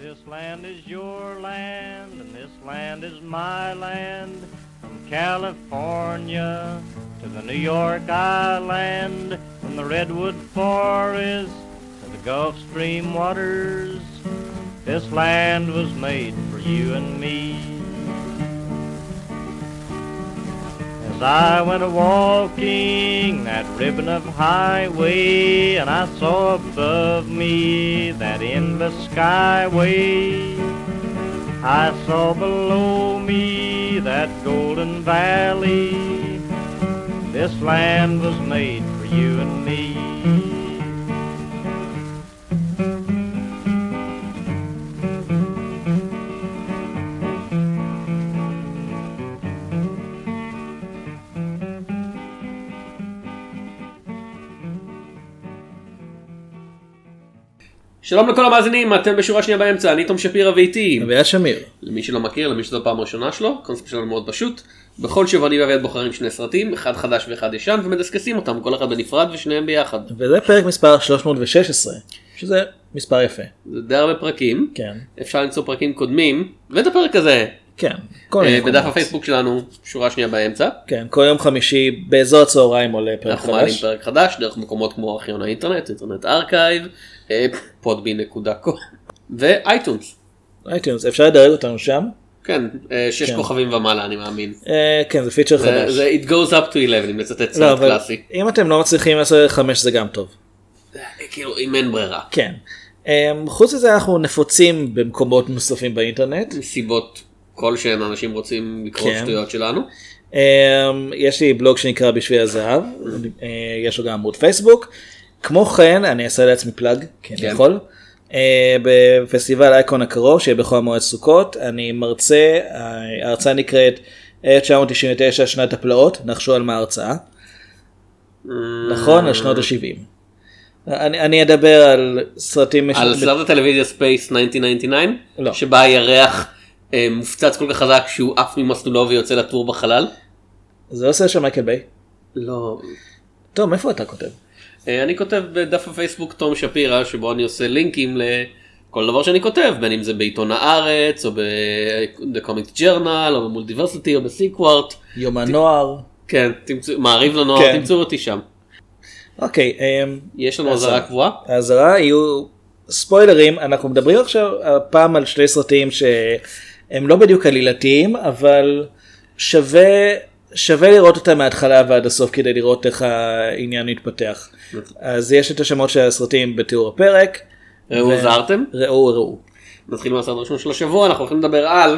This land is your land, and this land is my land. From California to the New York Island, from the Redwood Forest to the Gulf Stream waters, this land was made for you and me. As I went a-walking that ribbon of highway, and I saw above me that endless skyway, I saw below me that golden valley. This land was made for you and me. שלום לכל המאזינים, אתם בשורה שנייה באמצע, אני תום שפירא ואיתי אביעד שמיר. למי שלא מכיר, למי שזו הפעם הראשונה שלו, הקונספט שלנו מאוד פשוט. בכל שבוע אני ואביעד בוחרים שני סרטים, אחד חדש ואחד ישן, ומדסקסים אותם, כל אחד בנפרד ושניהם ביחד. וזה פרק מספר 316, שזה מספר יפה. זה די הרבה פרקים, כן. אפשר למצוא פרקים קודמים, ואת הפרק הזה. כן. בדף הפייסבוק שלנו, שורה שנייה באמצע. כן, כל יום חמישי באזור הצהריים עולה פרק אנחנו מעלים חדש. פרק חדש, דרך מקומות כמו ארכיון האינטרנט, אינטרנט ארכייב, podbean.com ואייטונס. אייטונס, אפשר לדרג אותנו שם? כן, 6 כוכבים ומעלה אני מאמין. כן, זה פיצ'ר חדש. זה it goes up to 11 אם לצטט לא, סרט אבל קלאסי. אם אתם לא מצליחים 10-5 זה גם טוב. כאילו אם אין ברירה. כן. חוץ מזה אנחנו נפוצים במקומות נוספים באינטרנט. מסיבות כלשהן אנשים רוצים לקרוא שטויות שלנו. יש לי בלוג שנקרא בשביל הזהב, יש לו גם עמוד פייסבוק. כמו כן, אני אעשה לעצמי פלאג, כי אני יכול. בפסטיבל אייקון הקרוב, שיהיה בכל המועד סוכות, אני מרצה, ההרצאה נקראת 1999 שנת הפלאות, נחשו על מה ההרצאה. נכון, על שנות ה-70. אני אדבר על סרטים... על סרט הטלוויזיה ספייס 1999? לא. שבה הירח מופצץ כל כך חזק שהוא עף ממסלולו ויוצא לטור בחלל? זה עושה שם מייקל ביי? לא. טוב, איפה אתה כותב? אני כותב בדף הפייסבוק תום שפירא, שבו אני עושה לינקים לכל דבר שאני כותב, בין אם זה בעיתון הארץ, או ב-The Comics Journal, או במולטיברסיטי, או בסיקווארט. יום הנוער. כן, מעריב לנוער, תמצאו אותי שם. אוקיי. יש לנו עזרה קבועה? העזרה יהיו ספוילרים, אנחנו מדברים עכשיו הפעם על שני סרטים שהם לא בדיוק עלילתיים, אבל שווה לראות אותם מההתחלה ועד הסוף כדי לראות איך העניין מתפתח. אז יש את השמות של הסרטים בתיאור הפרק. ראו זהרתם? ראו. נתחיל מהסרט הראשון של השבוע, אנחנו הולכים לדבר על...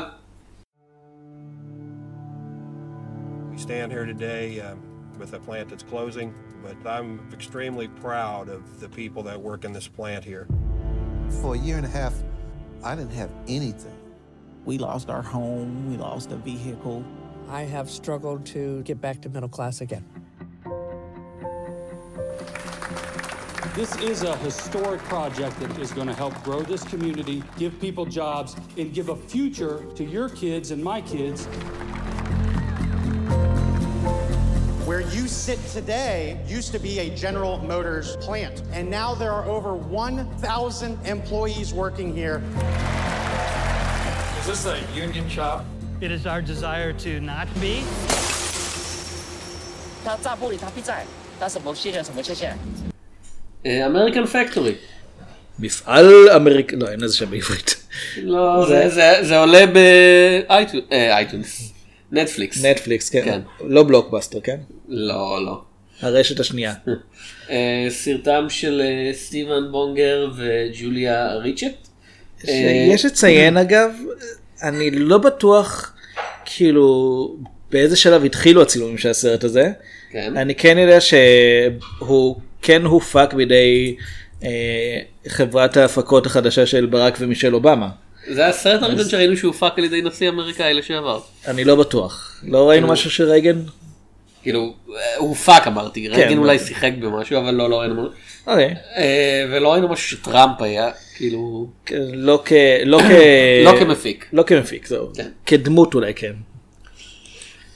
We stand here today with a plant that's closing, but I'm extremely proud of the people that work in this plant here. For a year and a half, I didn't have anything. We lost our home, we lost a vehicle. I have struggled to get back to middle class again. This is a historic project that is going to help grow this community, give people jobs, and give a future to your kids and my kids. Where you sit today used to be a General Motors plant, and now there are over 1,000 employees working here. Is this a union shop? It is our desire to not be. 他炸玻璃他必在，但什么谢谢什么谢谢。 American Factory. מפעל אמריקאי, לא, אין איזה שם בעברית. לא, זה עולה באייטונס. נטפליקס. נטפליקס, כן. לא בלוקבאסטר, כן? לא. הרשת השנייה. סרטם של סטיבן בונגר וג'וליה ריצ'ט. יש לציין אגב, אני לא בטוח כאילו באיזה שלב התחילו הצילומים של הסרט הזה. כן. אני כן יודע שהוא כן הופק בידי חברת ההפקות החדשה של ברק ומישל אובמה. זה הסרט הראשון שראינו שהופק על ידי נשיא אמריקאי לשעבר. אני לא בטוח. לא ראינו משהו של רייגן? כאילו, הופק אמרתי, רייגן אולי שיחק במשהו, אבל לא ראינו משהו. אוקיי. ולא ראינו משהו שטראמפ היה, כאילו... לא כמפיק. לא כמפיק, זהו. כדמות אולי כן.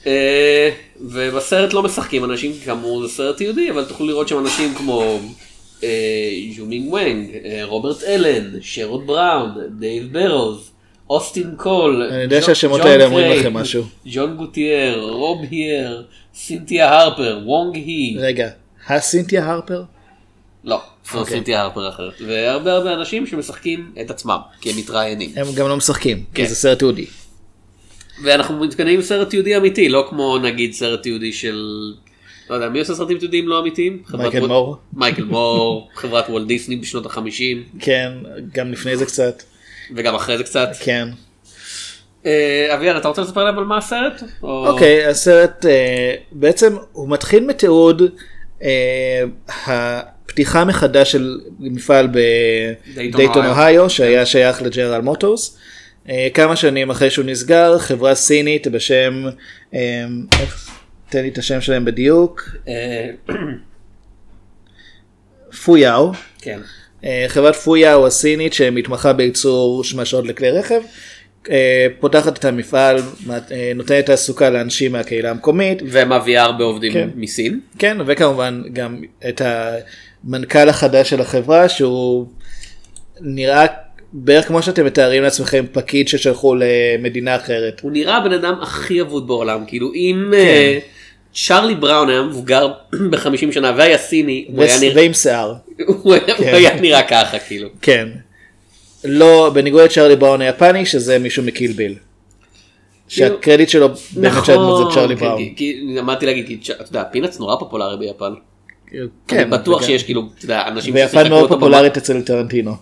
ובסרט לא משחקים אנשים, כאמור זה סרט יהודי, אבל תוכלו לראות שם אנשים כמו ז'ומינג וונג, רוברט אלן, שרוד בראון, דייב ברוז, אוסטין קול, אני יודע שהשמות האלה אומרים לכם משהו. ג'ון גוטייר, רוב הייר, סינתיה הרפר, וונג הי. רגע, הסינתיה הרפר? לא, זו סינתיה הרפר אחרת. והרבה אנשים שמשחקים את עצמם, כי הם מתראיינים. הם גם לא משחקים, כי זה סרט יהודי. ואנחנו מתקנים עם סרט יהודי אמיתי, לא כמו נגיד סרט יהודי של... לא יודע, מי עושה סרטים יהודיים לא אמיתיים? מייקל מור. מייקל מור, חברת וולט דיסני בשנות ה-50. כן, גם לפני זה קצת. וגם אחרי זה קצת. כן. אביאל, אתה רוצה לספר להם על מה הסרט? אוקיי, הסרט בעצם הוא מתחיל מתיעוד הפתיחה מחדש של מפעל בדייטון אוהיו, שהיה שייך לג'נרל מוטורס. כמה שנים אחרי שהוא נסגר, חברה סינית בשם, תן לי את השם שלהם בדיוק, פויאו. כן. חברת פויאו הסינית שמתמחה בייצור שמשות לכלי רכב, פותחת את המפעל, נותנת תעסוקה לאנשים מהקהילה המקומית. ומביאה הרבה עובדים מסין. כן, וכמובן גם את המנכ"ל החדש של החברה, שהוא נראה בערך כמו שאתם מתארים לעצמכם פקיד ששלחו למדינה אחרת. הוא נראה הבן אדם הכי אבוד בעולם, כאילו אם צ'רלי בראון היה מבוגר ב-50 שנה והיה סיני, ועם שיער. הוא היה נראה ככה כאילו. כן. לא, בניגוד לצ'רלי בראון היפני, שזה מישהו מקיל ביל. שהקרדיט שלו באמת שהדמות זה צ'רלי בראון. כי אמרתי להגיד, אתה יודע, פינאץ נורא פופולרי ביפן. כן. אני בטוח שיש כאילו, אתה יודע, אנשים ויפן מאוד פופולרית אצל טרנטינו.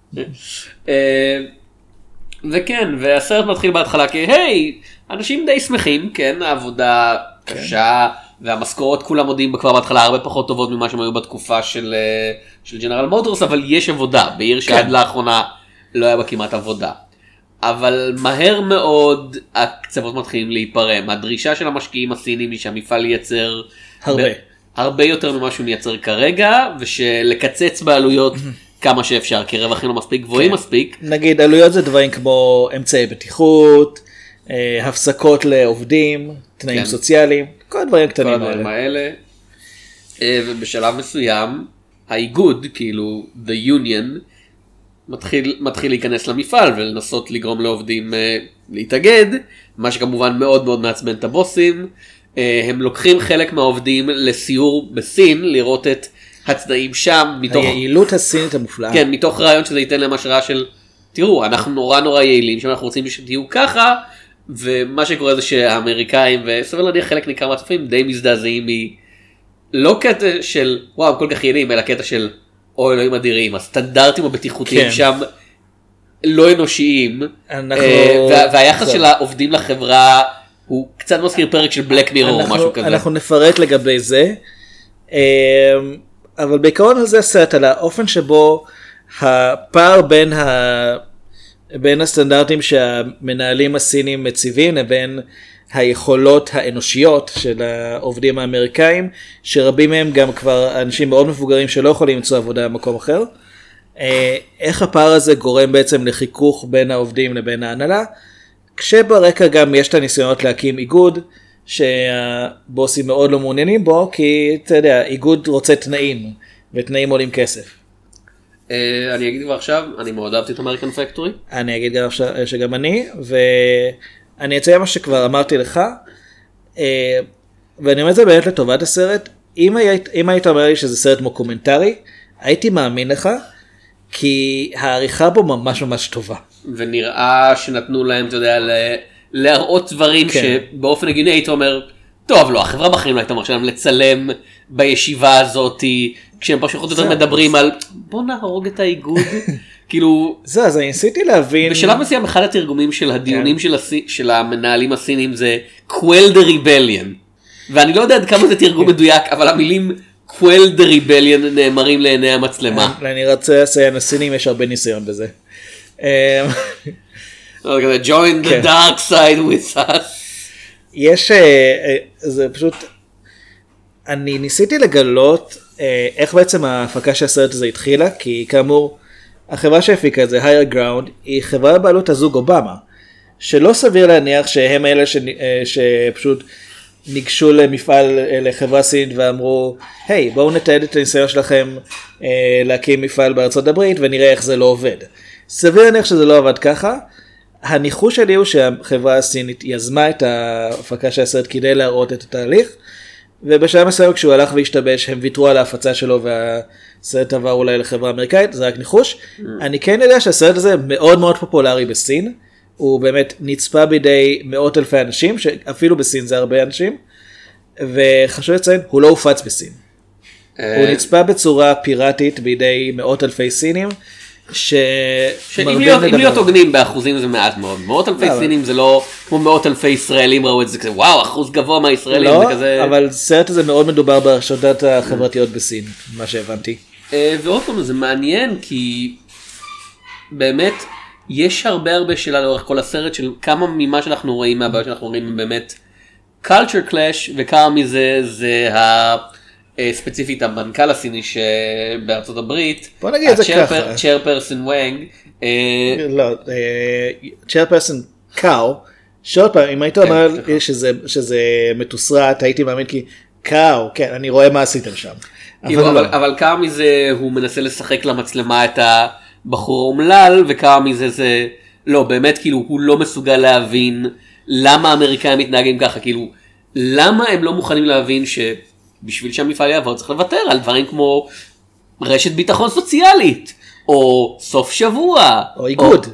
וכן, והסרט מתחיל בהתחלה כי היי, אנשים די שמחים, כן, העבודה קשה, והמשכורות כולם מודיעים כבר בהתחלה הרבה פחות טובות ממה שהם היו בתקופה של ג'נרל מוטורס, אבל יש עבודה, בעיר שעד לאחרונה לא היה בה כמעט עבודה. אבל מהר מאוד הקצוות מתחילים להיפרם, הדרישה של המשקיעים הסינים היא שהמפעל ייצר הרבה יותר ממה שהוא מייצר כרגע, ושלקצץ בעלויות כמה שאפשר, כי רווחים לא מספיק גבוהים מספיק. נגיד, עלויות זה דברים כמו אמצעי בטיחות, הפסקות לעובדים, תנאים סוציאליים, כל הדברים הקטנים האלה. ובשלב מסוים, האיגוד, כאילו, the union, מתחיל להיכנס למפעל ולנסות לגרום לעובדים להתאגד, מה שכמובן מאוד מאוד מעצבן את הבוסים. הם לוקחים חלק מהעובדים לסיור בסין, לראות את התנאים שם, מתוך... היעילות הסינית המופלאה. כן, מתוך רעיון שזה ייתן להם השראה של, תראו, אנחנו נורא יעילים, שאנחנו רוצים שתהיו ככה, ומה שקורה זה שהאמריקאים, וסבל להניח חלק ניכר מהצופים, די מזדעזעים לא קטע של, וואו, כל כך יעילים, אלא קטע של, אוי, אלוהים אדירים, הסטנדרטים הבטיחותיים שם לא אנושיים, והיחס של העובדים לחברה הוא קצת מזכיר פרק של בלק מירור או משהו כזה. אנחנו נפרט לגבי זה, אבל בעיקרון הזה הסרט על האופן שבו הפער בין הסטנדרטים שהמנהלים הסינים מציבים לבין היכולות האנושיות של העובדים האמריקאים, שרבים מהם גם כבר אנשים מאוד מבוגרים שלא יכולים למצוא עבודה במקום אחר. איך הפער הזה גורם בעצם לחיכוך בין העובדים לבין ההנהלה, כשברקע גם יש את הניסיונות להקים איגוד, שהבוסים מאוד לא מעוניינים בו, כי אתה יודע, איגוד רוצה תנאים, ותנאים עולים כסף. אני אגיד כבר עכשיו, אני מאוד אהבתי את אמריקן פקטורי. אני אגיד גם עכשיו שגם ואני אציין מה שכבר אמרתי לך, ואני אומר את זה באמת לטובת הסרט. אם היית אומר לי שזה סרט מוקומנטרי, הייתי מאמין לך, כי העריכה בו ממש ממש טובה. ונראה שנתנו להם, אתה יודע, להראות דברים שבאופן הגיוני היית אומר, טוב, לא, החברה בחיים לא הייתה מרשה להם לצלם בישיבה הזאת, כשהם פשוט יותר מדברים על, בוא נהרוג את האיגוד, כאילו... זה, אז אני ניסיתי להבין... בשלב מסוים אחד התרגומים של הדיונים של המנהלים הסינים זה Quell the Rebellion, ואני לא יודע עד כמה זה תרגום מדויק, אבל המילים Quell the Rebellion נאמרים לעיני המצלמה. אני רוצה לציין, הסינים יש הרבה ניסיון בזה. Join the dark side with us. יש, זה פשוט, אני ניסיתי לגלות איך בעצם ההפקה של הסרט הזה התחילה, כי כאמור, החברה שהפיקה את זה, Higher Ground, היא חברה בבעלות הזוג אובמה, שלא סביר להניח שהם אלה שפשוט ניגשו למפעל, לחברה סינית ואמרו, היי, בואו נתעד את הניסיון שלכם להקים מפעל בארצות הברית ונראה איך זה לא עובד. סביר להניח שזה לא עבד ככה. הניחוש שלי הוא שהחברה הסינית יזמה את ההפקה של הסרט כדי להראות את התהליך, ובשלב מסוים כשהוא הלך והשתבש הם ויתרו על ההפצה שלו והסרט עבר אולי לחברה אמריקאית, זה רק ניחוש. אני כן יודע שהסרט הזה מאוד מאוד פופולרי בסין, הוא באמת נצפה בידי מאות אלפי אנשים, שאפילו בסין זה הרבה אנשים, וחשוב לציין, הוא לא הופץ בסין. הוא נצפה בצורה פיראטית בידי מאות אלפי סינים, אם להיות הוגנים באחוזים זה מעט מאוד, מאות אלפי סינים זה לא כמו מאות אלפי ישראלים ראו את זה כזה, וואו, אחוז גבוה מהישראלים זה כזה. לא, אבל סרט הזה מאוד מדובר ברשתות החברתיות בסין, מה שהבנתי. ועוד פעם זה מעניין, כי באמת יש הרבה שאלה לאורך כל הסרט של כמה ממה שאנחנו רואים מהבעיות שאנחנו רואים באמת culture clash, וכמה מזה זה ספציפית המנכ"ל הסיני שבארצות הברית, בוא נגיד את זה ככה, צ'יירפרסון וואנג, לא, צ'יירפרסון קאו, שעוד פעם אם היית אומר שזה מתוסרט הייתי מאמין כי קאו, כן אני רואה מה עשיתם שם, אבל כמה מזה הוא מנסה לשחק למצלמה את הבחור אומלל, וכמה מזה זה לא, באמת כאילו הוא לא מסוגל להבין למה האמריקאים מתנהגים ככה, כאילו למה הם לא מוכנים להבין שבשביל שהמפעל יעבור צריך לוותר על דברים כמו רשת ביטחון סוציאלית, או סוף שבוע, או איגוד,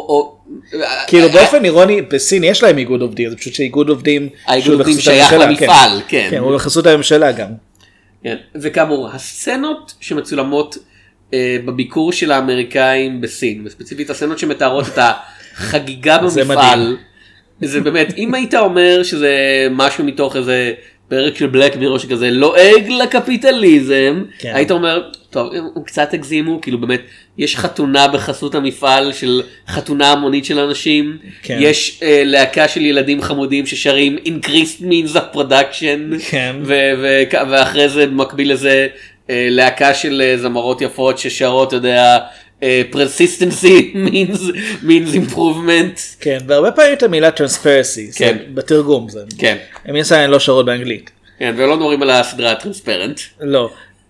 כאילו באופן אירוני בסין יש להם איגוד עובדים, זה פשוט שאיגוד עובדים שייך למפעל, כן, הוא בחסות הממשלה גם. וכאמור הסצנות שמצולמות בביקור של האמריקאים בסין, וספציפית הסצנות שמתארות את החגיגה במפעל, זה באמת, אם היית אומר שזה משהו מתוך איזה פרק של בלק מירור שכזה לועג לקפיטליזם, היית אומר, טוב, הוא קצת הגזימו, כאילו באמת, יש חתונה בחסות המפעל של חתונה המונית של אנשים, יש להקה של ילדים חמודים ששרים increased means of production, ואחרי זה במקביל לזה, להקה של זמרות יפות ששרות, אתה יודע, persistency means improvement. כן, והרבה פעמים את המילה transparency, בתרגום זה. כן. הם יסעין לא שרות באנגלית. כן, ולא נורים על הסדרה transparent. לא.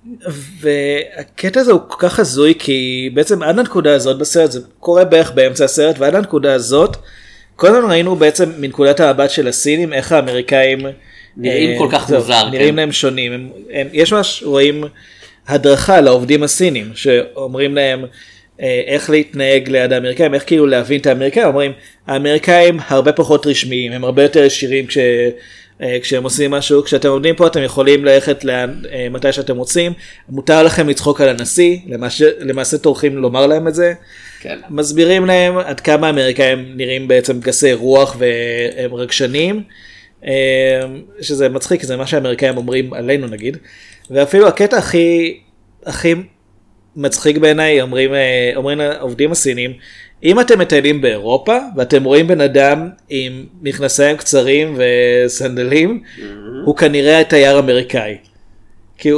והקטע הזה הוא כל כך הזוי, כי בעצם עד הנקודה הזאת בסרט, זה קורה בערך באמצע הסרט, ועד הנקודה הזאת, קודם ראינו בעצם מנקודת המבט של הסינים, איך האמריקאים נראים כל כך מוזר. נראים להם שונים. יש ממש רואים הדרכה לעובדים הסינים, שאומרים להם איך להתנהג ליד האמריקאים, איך כאילו להבין את האמריקאים, אומרים, האמריקאים הרבה פחות רשמיים, הם הרבה יותר ישירים כשהם עושים משהו, כשאתם עובדים פה אתם יכולים ללכת מתי שאתם רוצים, מותר לכם לצחוק על הנשיא, למעשה טורחים לומר להם את זה, מסבירים להם עד כמה האמריקאים נראים בעצם גסי רוח והם רגשנים, שזה מצחיק, זה מה שהאמריקאים אומרים עלינו נגיד, ואפילו הקטע הכי מצחיק בעיניי, אומרים העובדים הסינים, אם אתם מטיילים באירופה, ואתם רואים בן אדם עם מכנסיים קצרים וסנדלים, הוא כנראה תייר אמריקאי. כי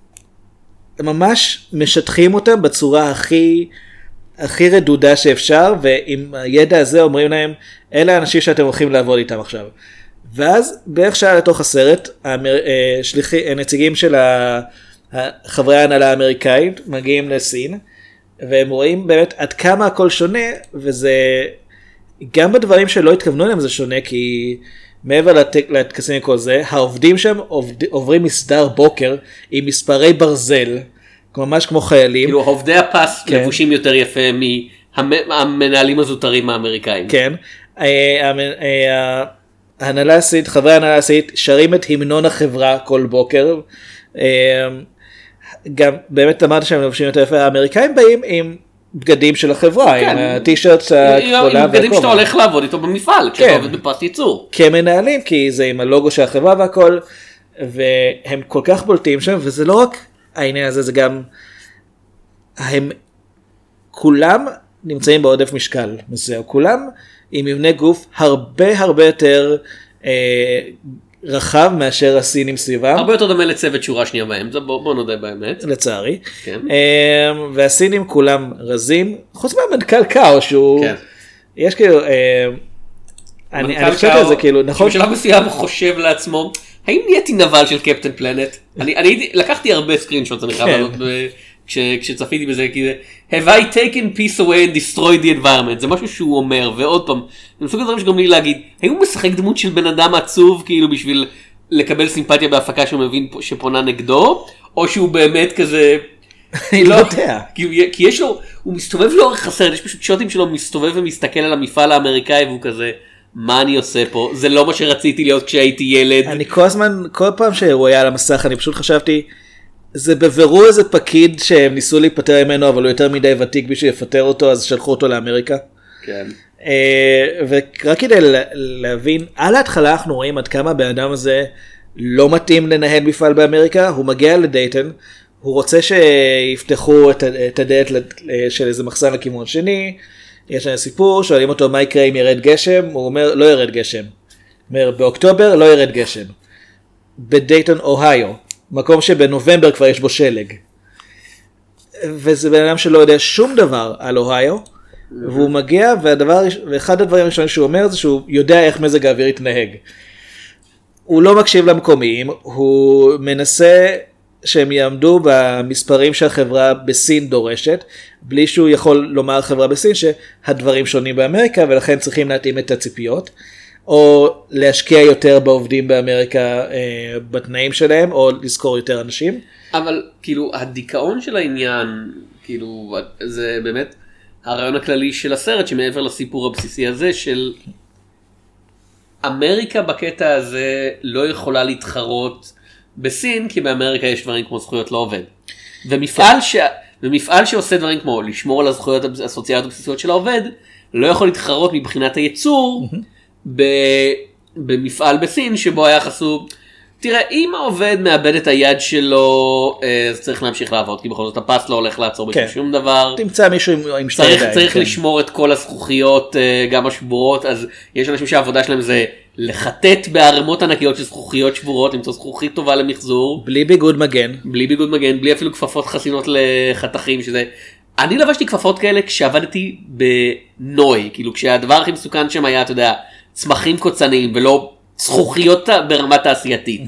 הם ממש משטחים אותם בצורה הכי רדודה שאפשר, ועם הידע הזה אומרים להם, אלה האנשים שאתם הולכים לעבוד איתם עכשיו. ואז בערך שעה לתוך הסרט, נציגים של חברי ההנהלה האמריקאית מגיעים לסין, והם רואים באמת עד כמה הכל שונה, וזה גם בדברים שלא התכוונו להם זה שונה, כי מעבר לטקסים וכל זה, העובדים שם עוברים מסדר בוקר עם מספרי ברזל, ממש כמו חיילים. כאילו עובדי הפס לבושים יותר יפה מהמנהלים הזוטרים האמריקאים. כן, ההנהלה הסינית, חברי ההנהלה הסינית שרים את המנון החברה כל בוקר, גם באמת אמרת שהם לבושים יותר יפה, האמריקאים באים עם בגדים של החברה, עם הטישרט הכחולה, עם בגדים שאתה הולך לעבוד איתו במפעל, כשאתה עובד בפס ייצור. כמנהלים, כי זה עם הלוגו של החברה והכל, והם כל כך בולטים שם, וזה לא רק העניין הזה, זה גם, הם כולם נמצאים בעודף משקל, מסוים, כולם עם מבנה גוף הרבה יותר רחב מאשר הסינים סביבם. הרבה יותר דומה לצוות שורה שנייה בהם, בוא נודה באמת. לצערי. כן. והסינים כולם רזים, חוץ מהמנכ"ל קאו, שהוא, יש כאילו, אני חושב על זה כאילו, נכון? בשלב מסוים הוא חושב לעצמו, האם נהייתי נבל של קפטן פלנט? אני לקחתי הרבה סקרינשוט, אני חייב לעלות כשצפיתי בזה, כי have I taken peace away and destroyed the environment, זה משהו שהוא אומר, ועוד פעם, זה מסוג הדברים שגם לי להגיד, האם הוא משחק דמות של בן אדם עצוב, כאילו בשביל לקבל סימפתיה בהפקה שהוא מבין שפונה נגדו, או שהוא באמת כזה, אני לא יודע. כי יש לו, הוא מסתובב לאורך הסרט, יש פשוט שוטים שלו, מסתובב ומסתכל על המפעל האמריקאי, והוא כזה, מה אני עושה פה? זה לא מה שרציתי להיות כשהייתי ילד. אני כל הזמן, כל פעם שהוא היה על המסך, אני פשוט חשבתי, זה בבירור איזה פקיד שהם ניסו להיפטר ממנו, אבל הוא יותר מדי ותיק בשביל לפטר אותו, אז שלחו אותו לאמריקה. כן. ורק כדי להבין, על ההתחלה אנחנו רואים עד כמה הבן אדם הזה לא מתאים לנהל מפעל באמריקה, הוא מגיע לדייטון, הוא רוצה שיפתחו את הדלת של איזה מחסן לכיוון שני, יש לנו סיפור, שואלים אותו מה יקרה אם ירד גשם, הוא אומר לא ירד גשם. אומר באוקטובר לא ירד גשם. בדייטון אוהיו, מקום שבנובמבר כבר יש בו שלג. וזה בן אדם שלא יודע שום דבר על אוהיו, והוא מגיע, ואחד הדברים הראשונים שהוא אומר זה שהוא יודע איך מזג האוויר יתנהג. הוא לא מקשיב למקומיים, הוא מנסה שהם יעמדו במספרים שהחברה בסין דורשת, בלי שהוא יכול לומר לחברה בסין שהדברים שונים באמריקה, ולכן צריכים להתאים את הציפיות, או להשקיע יותר בעובדים באמריקה בתנאים שלהם, או לזכור יותר אנשים. אבל כאילו הדיכאון של העניין, כאילו זה באמת הרעיון הכללי של הסרט, שמעבר לסיפור הבסיסי הזה של אמריקה בקטע הזה לא יכולה להתחרות בסין, כי באמריקה יש דברים כמו זכויות לעובד. ומפעל שעושה דברים כמו לשמור על הזכויות הסוציאליות הבסיסיות של העובד, לא יכול להתחרות מבחינת הייצור במפעל בסין, שבו היה חשוב, תראה, אם העובד מאבד את היד שלו, אז צריך להמשיך לעבוד, כי בכל זאת הפס לא הולך לעצור בשום דבר. תמצא מישהו עם שתי ידיים. צריך לשמור את כל הזכוכיות, גם השבורות, אז יש אנשים שהעבודה שלהם זה לחטט בערימות ענקיות של זכוכיות שבורות, למצוא זכוכית טובה למחזור. בלי ביגוד מגן. בלי אפילו כפפות חסינות לחתכים, שזה... אני לבשתי כפפות כאלה כשעבדתי בנוי, כאילו כשהדבר הכי מסוכן שם היה, אתה יודע, צמחים קוצניים ולא זכוכיות ברמה תעשייתית.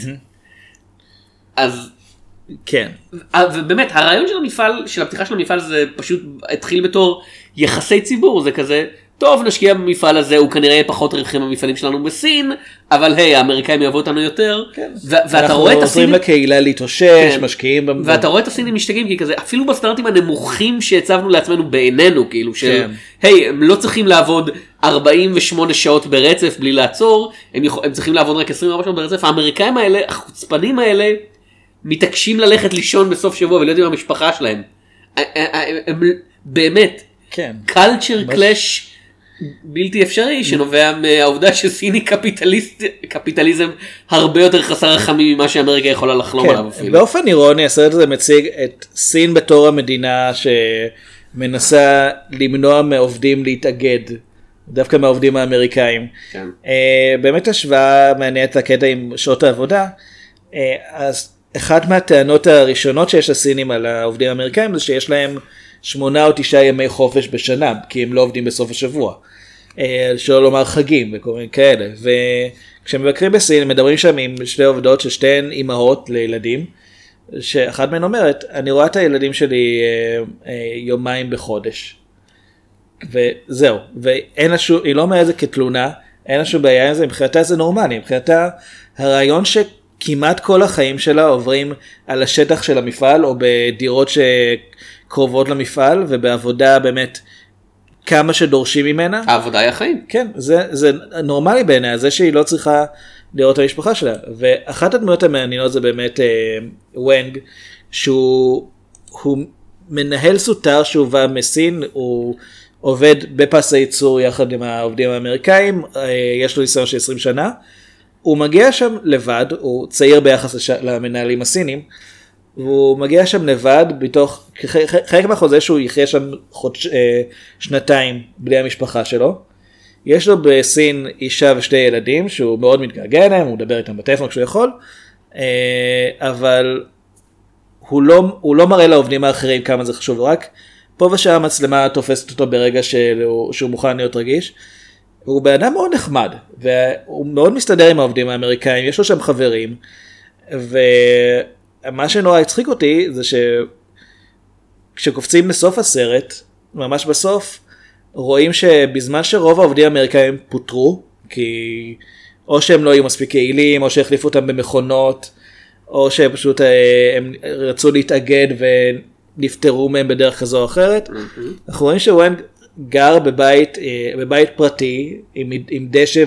אז כן. ובאמת הרעיון של המפעל, של הפתיחה של המפעל, זה פשוט התחיל בתור יחסי ציבור, זה כזה, טוב נשקיע במפעל הזה, הוא כנראה פחות רווחי במפעלים שלנו בסין, אבל היי, האמריקאים יאהבו אותנו יותר. ואתה רואה את הסינים, אנחנו עוזרים לקהילה להתאושש, משקיעים. ואתה רואה את הסינים משתגעים, כי כזה, אפילו בסטנדרטים הנמוכים שהצבנו לעצמנו בעינינו, כאילו של, היי, הם לא צריכים לעבוד 48 שעות ברצף בלי לעצור, הם צריכים לעבוד רק 24 שעות ברצף. האמריקאים האלה, החוצפנים האלה, מתעקשים ללכת לישון בסוף שבוע ולהיות עם המשפחה שלהם. הם באמת, culture clash בלתי אפשרי, שנובע מהעובדה שסיני קפיטליזם הרבה יותר חסר רחמים ממה שאמריקה יכולה לחלום עליו אפילו. באופן אירוני הסרט הזה מציג את סין בתור המדינה שמנסה למנוע מעובדים להתאגד, דווקא מהעובדים האמריקאים. באמת השוואה מעניינת לקטע עם שעות העבודה. אז אחת מהטענות הראשונות שיש לסינים על העובדים האמריקאים זה שיש להם 8 או 9 ימי חופש בשנה, כי הם לא עובדים בסוף השבוע. שלא לומר חגים וכל מיני כאלה. וכשמבקרים בסין, מדברים שם עם שתי עובדות ששתיהן אימהות לילדים, שאחת מהן אומרת, אני רואה את הילדים שלי יומיים בחודש. וזהו. ואין לה שום, היא לא אומרת זה כתלונה, אין לה שום בעיה עם זה, מבחינתה זה נורמלי. מבחינתה הרעיון שכמעט כל החיים שלה עוברים על השטח של המפעל, או בדירות קרובות למפעל, ובעבודה באמת כמה שדורשים ממנה. העבודה היא החיים. כן, זה נורמלי בעיניי, זה שהיא לא צריכה לראות את המשפחה שלה. ואחת הדמויות המעניינות זה באמת וונג, שהוא מנהל סוטר שהובא מסין, הוא עובד בפס הייצור יחד עם העובדים האמריקאים, יש לו ניסיון של 20 שנה, הוא מגיע שם לבד, הוא צעיר ביחס למנהלים הסינים, והוא מגיע שם לבד, בתוך, חלק מהחוזה שהוא יחיה שם שנתיים בלי המשפחה שלו. יש לו בסין אישה ושתי ילדים, שהוא מאוד מתגעגע אליהם, הוא מדבר איתם בטלפון כשהוא יכול, אבל הוא לא מראה לעובדים האחרים כמה זה חשוב, רק פה ושם המצלמה תופסת אותו ברגע שהוא מוכן להיות רגיש. הוא בן אדם מאוד נחמד, והוא מאוד מסתדר עם העובדים האמריקאים, יש לו שם חברים, ומה שנורא הצחיק אותי זה כשקופצים לסוף הסרט, ממש בסוף, רואים שבזמן שרוב העובדים האמריקאים פוטרו, כי או שהם לא היו מספיק יעילים, או שהחליפו אותם במכונות, או שפשוט הם רצו להתאגד ונפטרו מהם בדרך כזו או אחרת, אנחנו רואים שוואן גר בבית פרטי, עם דשא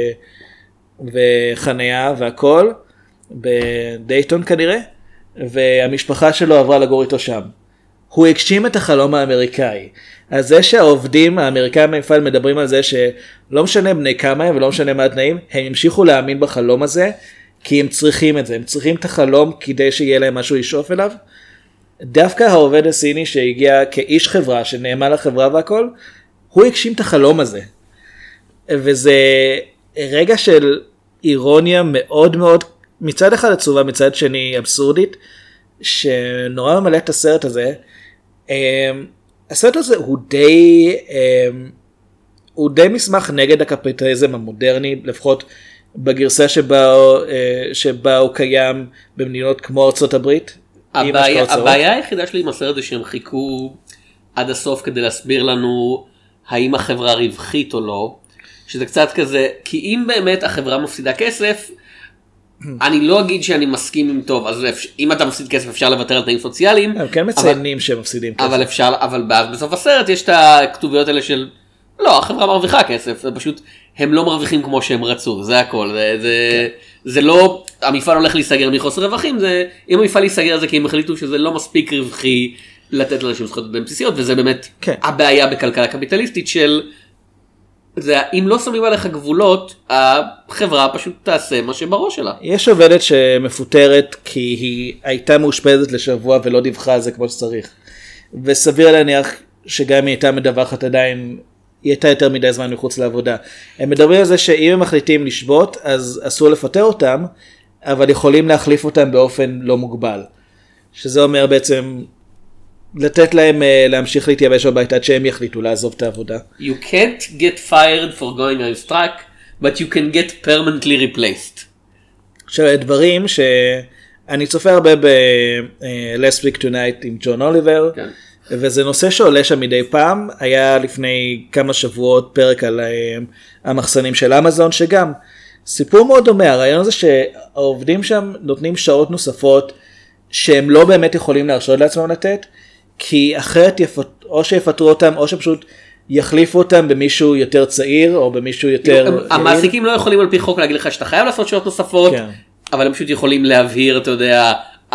וחניה והכל, בדייטון כנראה, והמשפחה שלו עברה לגור איתו שם. הוא הגשים את החלום האמריקאי. אז זה שהעובדים האמריקאים במפעל מדברים על זה שלא משנה בני כמה הם ולא משנה מה התנאים, הם המשיכו להאמין בחלום הזה, כי הם צריכים את זה, הם צריכים את החלום כדי שיהיה להם משהו לשאוף אליו. דווקא העובד הסיני שהגיע כאיש חברה, שנאמן לחברה והכל, הוא הגשים את החלום הזה. וזה רגע של אירוניה מאוד מאוד, מצד אחד עצובה, מצד שני אבסורדית, שנורא ממלא את הסרט הזה. הסרט הזה הוא די מסמך נגד הקפיטליזם המודרני, לפחות בגרסה שבה הוא קיים במדינות כמו ארצות הברית. הבעיה היחידה שלי עם הסרט זה שהם חיכו עד הסוף כדי להסביר לנו האם החברה רווחית או לא, שזה קצת כזה, כי אם באמת החברה מפסידה כסף, אני לא אגיד שאני מסכים עם טוב, אז אם אתה מפסיד כסף אפשר לוותר על תנאים סוציאליים. הם כן מציינים שהם מפסידים כסף. אבל בסוף הסרט יש את הכתוביות האלה של, לא, החברה מרוויחה כסף, פשוט הם לא מרוויחים כמו שהם רצו, זה הכל. זה לא, המפעל הולך להיסגר מחוסר רווחים, אם המפעל ייסגר זה כי הם החליטו שזה לא מספיק רווחי לתת לאנשים זכויות בסיסיות, וזה באמת הבעיה בכלכלה קפיטליסטית של, אם לא שמים עליך גבולות, החברה פשוט תעשה מה שבראש שלה. יש עובדת שמפוטרת כי היא הייתה מאושפזת לשבוע ולא דיווחה על זה כמו שצריך. וסביר להניח שגם אם היא הייתה מדווחת עדיין, היא הייתה יותר מדי זמן מחוץ לעבודה. הם מדברים על זה שאם הם מחליטים לשבות, אז אסור לפטר אותם, אבל יכולים להחליף אותם באופן לא מוגבל. שזה אומר בעצם לתת להם להמשיך להתייבש בבית עד שהם יחליטו לעזוב את העבודה. You can't get fired for going on strike, but you can get permanently replaced. עכשיו, דברים שאני צופה הרבה ב-Last Week Tonight עם ג'ון אוליבר, כן. וזה נושא שעולה שם מדי פעם, היה לפני כמה שבועות פרק על המחסנים של אמזון, שגם סיפור מאוד דומה, הרעיון הזה שהעובדים שם נותנים שעות נוספות, שהם לא באמת יכולים להרשות לעצמם לתת, כי אחרת או שיפטרו אותם, או שפשוט יחליפו אותם במישהו יותר צעיר, או במישהו יותר... המעסיקים לא יכולים על פי חוק להגיד לך שאתה חייב לעשות שעות נוספות, אבל הם פשוט יכולים להבהיר, אתה יודע,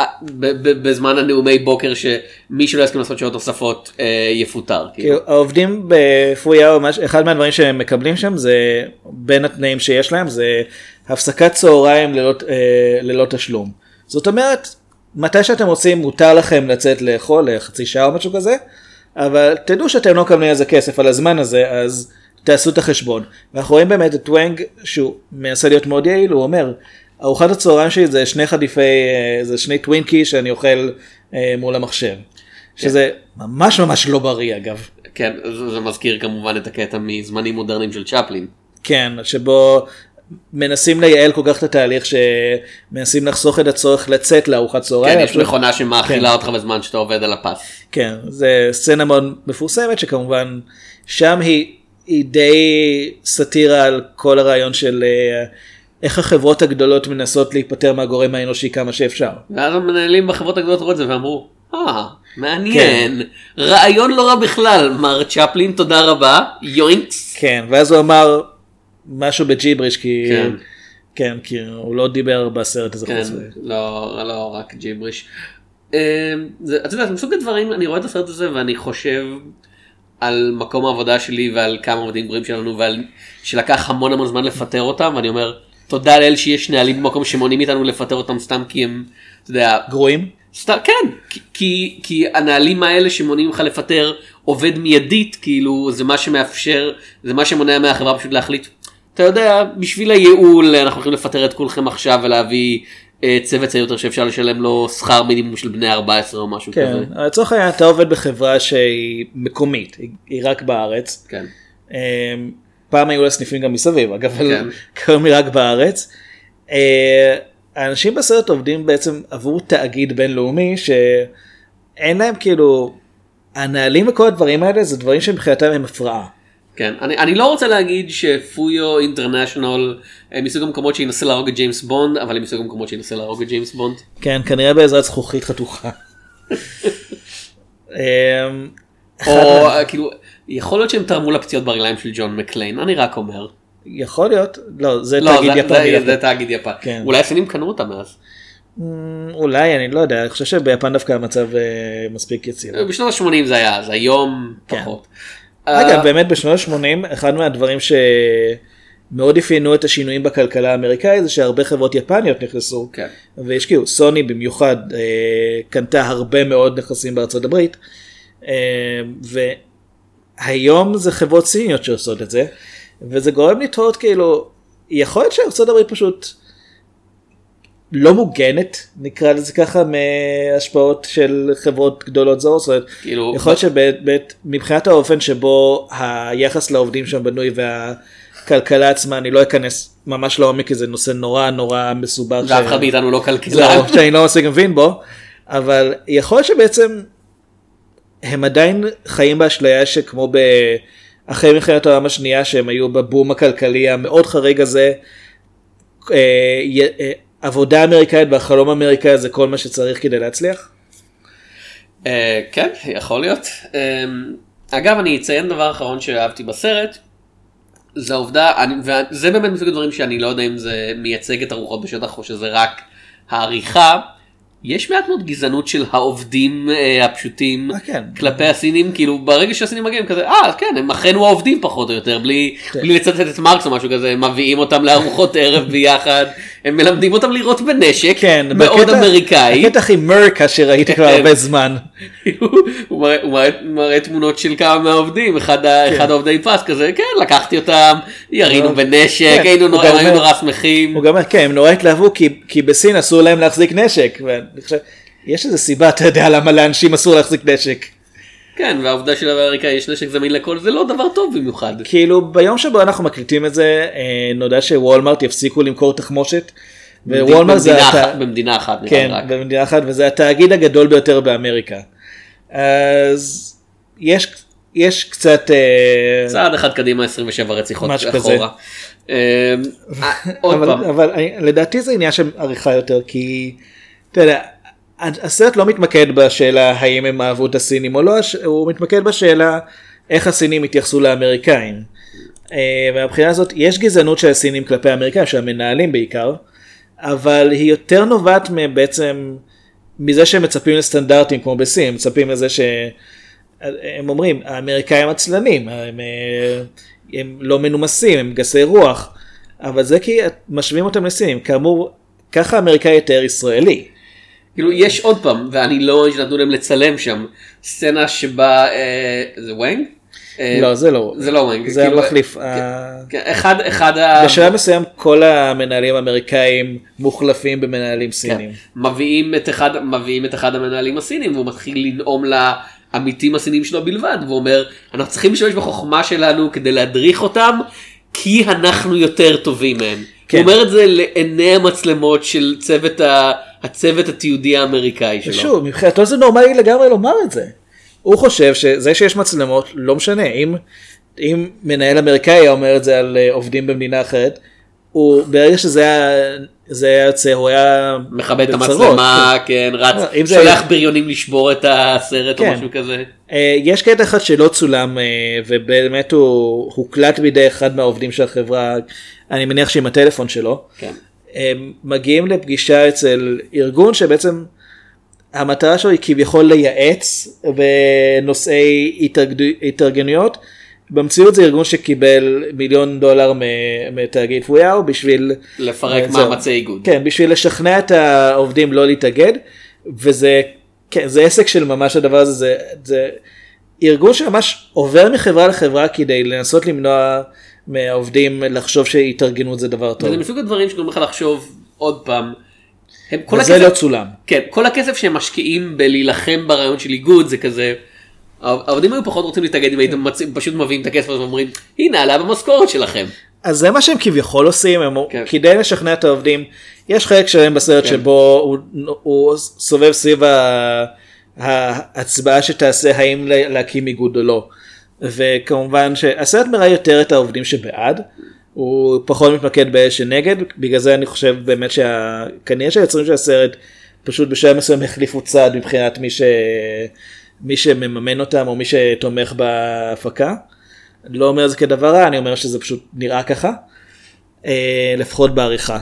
בזמן הנאומי בוקר, שמי שלא יסכים לעשות שעות נוספות יפוטר. העובדים בפויה, אחד מהדברים שהם מקבלים שם, זה בין התנאים שיש להם, זה הפסקת צהריים ללא תשלום. זאת אומרת, מתי שאתם רוצים, מותר לכם לצאת לאכול לחצי שעה או משהו כזה, אבל תדעו שאתם לא מקבלים איזה כסף על הזמן הזה, אז תעשו את החשבון. ואנחנו רואים באמת את וואנג, שהוא מנסה להיות מאוד יעיל, הוא אומר, ארוחת הצהריים שלי זה שני טווינקי שאני אוכל מול המחשב. שזה ממש ממש לא בריא אגב. כן, זה מזכיר כמובן את הקטע מזמנים מודרניים של צ'פלין. כן, שבו מנסים לייעל כל כך את התהליך שמנסים לחסוך את הצורך לצאת לארוחת צהריים. כן, יש מכונה שמאכילה אותך בזמן שאתה עובד על הפס. כן, זה סצנה מאוד מפורסמת שכמובן שם היא די סאטירה על כל הרעיון של איך החברות הגדולות מנסות להיפטר מהגורם האנושי כמה שאפשר. ואז המנהלים בחברות הגדולות רואים את זה ואמרו, מעניין, רעיון לא רע בכלל, מר צ'פלין, תודה רבה, יוינקס. כן, ואז הוא אמר משהו בג'יבריש, כי הוא לא דיבר בסרט הזה. כן, לא רק ג'יבריש. אתה יודע, מסוג הדברים, אני רואה את הסרט הזה ואני חושב על מקום העבודה שלי ועל כמה עובדים גרועים שלנו, ועל שלקח המון זמן לפטר אותם, ואני אומר, תודה לאל שיש נהלים במקום שמונים איתנו לפטר אותם סתם כי הם, אתה יודע, גרועים? כן, כי הנהלים האלה שמונים לך לפטר עובד מיידית, כאילו זה מה שמאפשר, זה מה שמונע מהחברה פשוט להחליט, אתה יודע, בשביל הייעול אנחנו הולכים לפטר את כולכם עכשיו ולהביא צוות צעיר יותר שאפשר לשלם לו שכר מינימום של בני 14 או משהו כזה. כן, לצורך העניין אתה עובד בחברה שהיא מקומית, היא רק בארץ. כן. פעם היו לה סניפים גם מסביב, אגב, כיום רק בארץ. האנשים בסרט עובדים בעצם עבור תאגיד בינלאומי, שאין להם כאילו, הנהלים וכל הדברים האלה, זה דברים שמבחינתם הם הפרעה. כן, אני לא רוצה להגיד שפויו אינטרנשיונל מסוג המקומות שינסה להרוג את ג'יימס בונד, אבל הם מסוג המקומות שינסה להרוג את ג'יימס בונד. כן, כנראה בעזרת זכוכית חתוכה. או כאילו, יכול להיות שהם תרמו לפציעות ברגליים של ג'ון מקליין, אני רק אומר. יכול להיות, לא, זה תאגיד יפני. זה תאגיד יפן. אולי הסינים קנו אותם מאז. אולי, אני לא יודע, אני חושב שביפן דווקא המצב מספיק יציב. בשנות ה-80 זה היה, אז היום פחות. אגב, באמת בשנות ה-80, אחד מהדברים שמאוד אפיינו את השינויים בכלכלה האמריקאית, זה שהרבה חברות יפניות נכנסו, והשקיעו, סוני במיוחד קנתה הרבה מאוד נכסים בארצות הברית, והיום זה חברות סיניות שעושות את זה, וזה גורם לתהות כאילו, יכול להיות שארצות הברית פשוט לא מוגנת, נקרא לזה ככה, מהשפעות של חברות גדולות זרות, זאת אומרת, יכול להיות שמבחינת האופן שבו היחס לעובדים שם בנוי והכלכלה עצמה, אני לא אכנס ממש לעומק, כי זה נושא נורא נורא מסובך. ואף אחד מאיתנו לא כלכלה. זהו, שאני לא מספיק מבין בו, אבל יכול להיות שבעצם הם עדיין חיים באשליה שכמו אחרי מלחמת העולם השנייה, שהם היו בבום הכלכלי המאוד חריג הזה, עבודה אמריקאית והחלום האמריקאי זה כל מה שצריך כדי להצליח? כן, יכול להיות. אגב, אני אציין דבר אחרון שאהבתי בסרט, זה העובדה, וזה באמת מסוג הדברים שאני לא יודע אם זה מייצג את הרוחות בשטח או שזה רק העריכה, יש מעט מאוד גזענות של העובדים הפשוטים כלפי הסינים, כאילו ברגע שהסינים מגיעים כזה, כן, הם אכנו העובדים פחות או יותר, בלי לצטט את מרקס או משהו כזה, הם מביאים אותם לארוחות ערב ביחד, הם מלמדים אותם לירות בנשק, מאוד אמריקאי. הקטע הכי מרקה שראיתי כבר הרבה זמן. הוא מראה תמונות של כמה מהעובדים, אחד העובדי פס כזה, כן, לקחתי אותם, ירינו בנשק, היינו נורא שמחים. הוא גם אומר, כן, הם נורא התלהבו, כי בסין אסור להם להחזיק נשק, יש איזו סיבה, אתה יודע למה לאנשים אסור להחזיק נשק. כן, והעובדה של אמריקה יש נשק זמין לכל, זה לא דבר טוב במיוחד. כאילו, ביום שבו אנחנו מקליטים את זה, נודע שוולמרט יפסיקו למכור תחמושת, במדינה אחת. כן, במדינה אחת, וזה התאגיד הגדול ביותר באמריקה. אז יש קצת... צעד אחד קדימה, 27 רציחות אחורה. אבל לדעתי זה עניין של עריכה יותר, כי אתה יודע, הסרט לא מתמקד בשאלה האם הם אהבו את הסינים או לא, הוא מתמקד בשאלה איך הסינים התייחסו לאמריקאים. ומבחינה הזאת יש גזענות של הסינים כלפי האמריקאים, שהמנהלים בעיקר, אבל היא יותר נובעת בעצם מזה שהם מצפים לסטנדרטים כמו בסין, הם מצפים לזה שהם אומרים, האמריקאים עצלנים, הם לא מנומסים, הם גסי רוח, אבל זה כי משווים אותם לסינים, כאמור, ככה האמריקאי יותר ישראלי. כאילו יש עוד פעם, ואני לא נתנו להם לצלם שם, סצנה שבה, זה ווינג? לא, זה לא. זה לא ווינג. זה המחליף. בשלב מסוים כל המנהלים האמריקאים מוחלפים במנהלים סינים. מביאים את אחד המנהלים הסינים, והוא מתחיל לנאום לעמיתים הסינים שלו בלבד, והוא אומר, אנחנו צריכים להשתמש בחוכמה שלנו כדי להדריך אותם, כי אנחנו יותר טובים מהם. הוא אומר את זה לעיני המצלמות של הצוות התיעודי האמריקאי שלו. שוב, מבחינתו זה נורמלי לגמרי לומר את זה. הוא חושב שזה שיש מצלמות לא משנה. אם מנהל אמריקאי אומר את זה על עובדים במדינה אחרת, ברגע שזה היה יוצא, הוא היה מכבה את המצלמה, כן, רץ, שולח בריונים לשבור את הסרט או משהו כזה. יש קטע אחד שלא צולם, ובאמת הוא הוקלט בידי אחד מהעובדים של החברה, אני מניח שעם הטלפון שלו. הם מגיעים לפגישה אצל ארגון שבעצם המטרה שלו היא כביכול לייעץ בנושאי התארגנויות. במציאות זה ארגון שקיבל $1,000,000 מתאגיד פויאו בשביל לפרק מאמצי איגוד. כן, בשביל לשכנע את העובדים לא להתאגד, וזה כן, זה עסק של ממש הדבר הזה, זה ארגון שממש עובר מחברה לחברה כדי לנסות למנוע מהעובדים לחשוב שהתארגנות זה דבר טוב. וזה מסוג הדברים שגורם לך לחשוב עוד פעם. וזה לא צולם. כן, כל הכסף שהם משקיעים בלהילחם ברעיון של איגוד זה כזה, העובדים היו פחות רוצים להתאגד אם הייתם פשוט מביאים את הכסף ואומרים, הנה, עלה במשכורת שלכם. אז זה מה שהם כביכול עושים, כדי לשכנע את העובדים, יש חלק שלהם בסרט שבו הוא סובב סביב ההצבעה שתעשה האם להקים איגוד או לא. וכמובן שהסרט מראה יותר את העובדים שבעד, הוא פחות מתמקד באלה שנגד, בגלל זה אני חושב באמת כנראה שהיוצרים של הסרט פשוט בשלב מסוים החליפו צד מבחינת מי שמממן אותם או מי שתומך בהפקה. אני לא אומר זה כדבר רע, אני אומר שזה פשוט נראה ככה, לפחות בעריכה.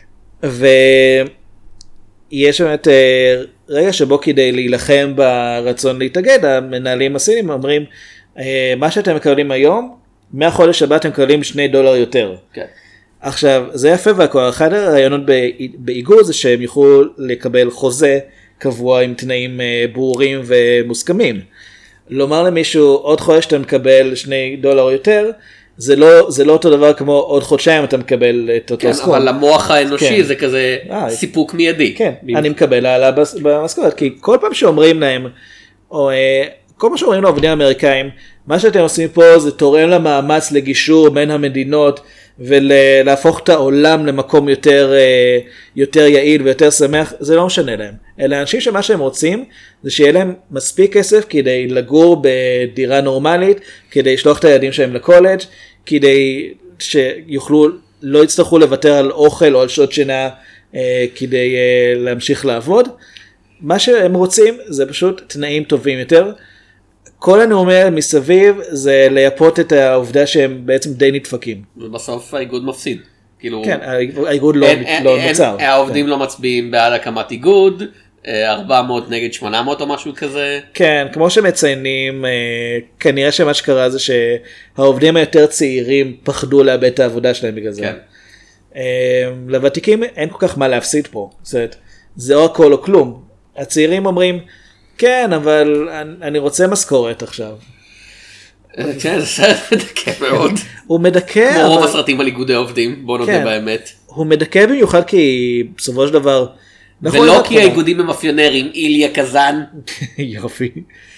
ויש באמת רגע שבו כדי להילחם ברצון להתאגד, המנהלים הסינים אומרים, מה שאתם מקבלים היום, מהחודש הבא אתם מקבלים $2 יותר. כן. עכשיו, זה יפה והכל, אחד הרעיונות באיגוד זה שהם יוכלו לקבל חוזה קבוע עם תנאים ברורים ומוסכמים. לומר למישהו, עוד חודש אתה מקבל $2 יותר, זה לא אותו דבר כמו עוד חודשיים אתה מקבל את אותו סכום. אבל למוח האנושי זה כזה סיפוק מיידי. כן, אני מקבל העלה במשכורת, כי כל פעם שאומרים להם, או כל מה שאומרים לעובדים האמריקאים, מה שאתם עושים פה זה תורם למאמץ לגישור בין המדינות, ולהפוך את העולם למקום יותר יעיל ויותר שמח, זה לא משנה להם. אלה אנשים שמה שהם רוצים, זה שיהיה להם מספיק כסף כדי לגור בדירה נורמלית, כדי לשלוח את הילדים שלהם לקולג', כדי שיוכלו, לא יצטרכו לוותר על אוכל או על שעות שינה, כדי להמשיך לעבוד. מה שהם רוצים זה פשוט תנאים טובים יותר. כל הנאומר מסביב זה לייפות את העובדה שהם בעצם די נדפקים. ובסוף האיגוד מפסיד. כן, האיגוד לא נוצר. העובדים לא מצביעים בעד הקמת איגוד, 400 נגד 800 או משהו כזה. כן, כמו שמציינים, כנראה שמה שקרה זה שהעובדים היותר צעירים פחדו לאבד את העבודה שלהם בגלל זה. לוותיקים אין כל כך מה להפסיד פה. זה או הכל או כלום. הצעירים אומרים, כן, אבל אני רוצה משכורת עכשיו. כן, זה סרט מדכא מאוד. הוא מדכא. כמו רוב הסרטים על איגודי עובדים, בוא נודה באמת. הוא מדכא במיוחד כי בסופו של דבר... ולא כי האיגודים הם מאפיונרים, איליה קזאן. יופי.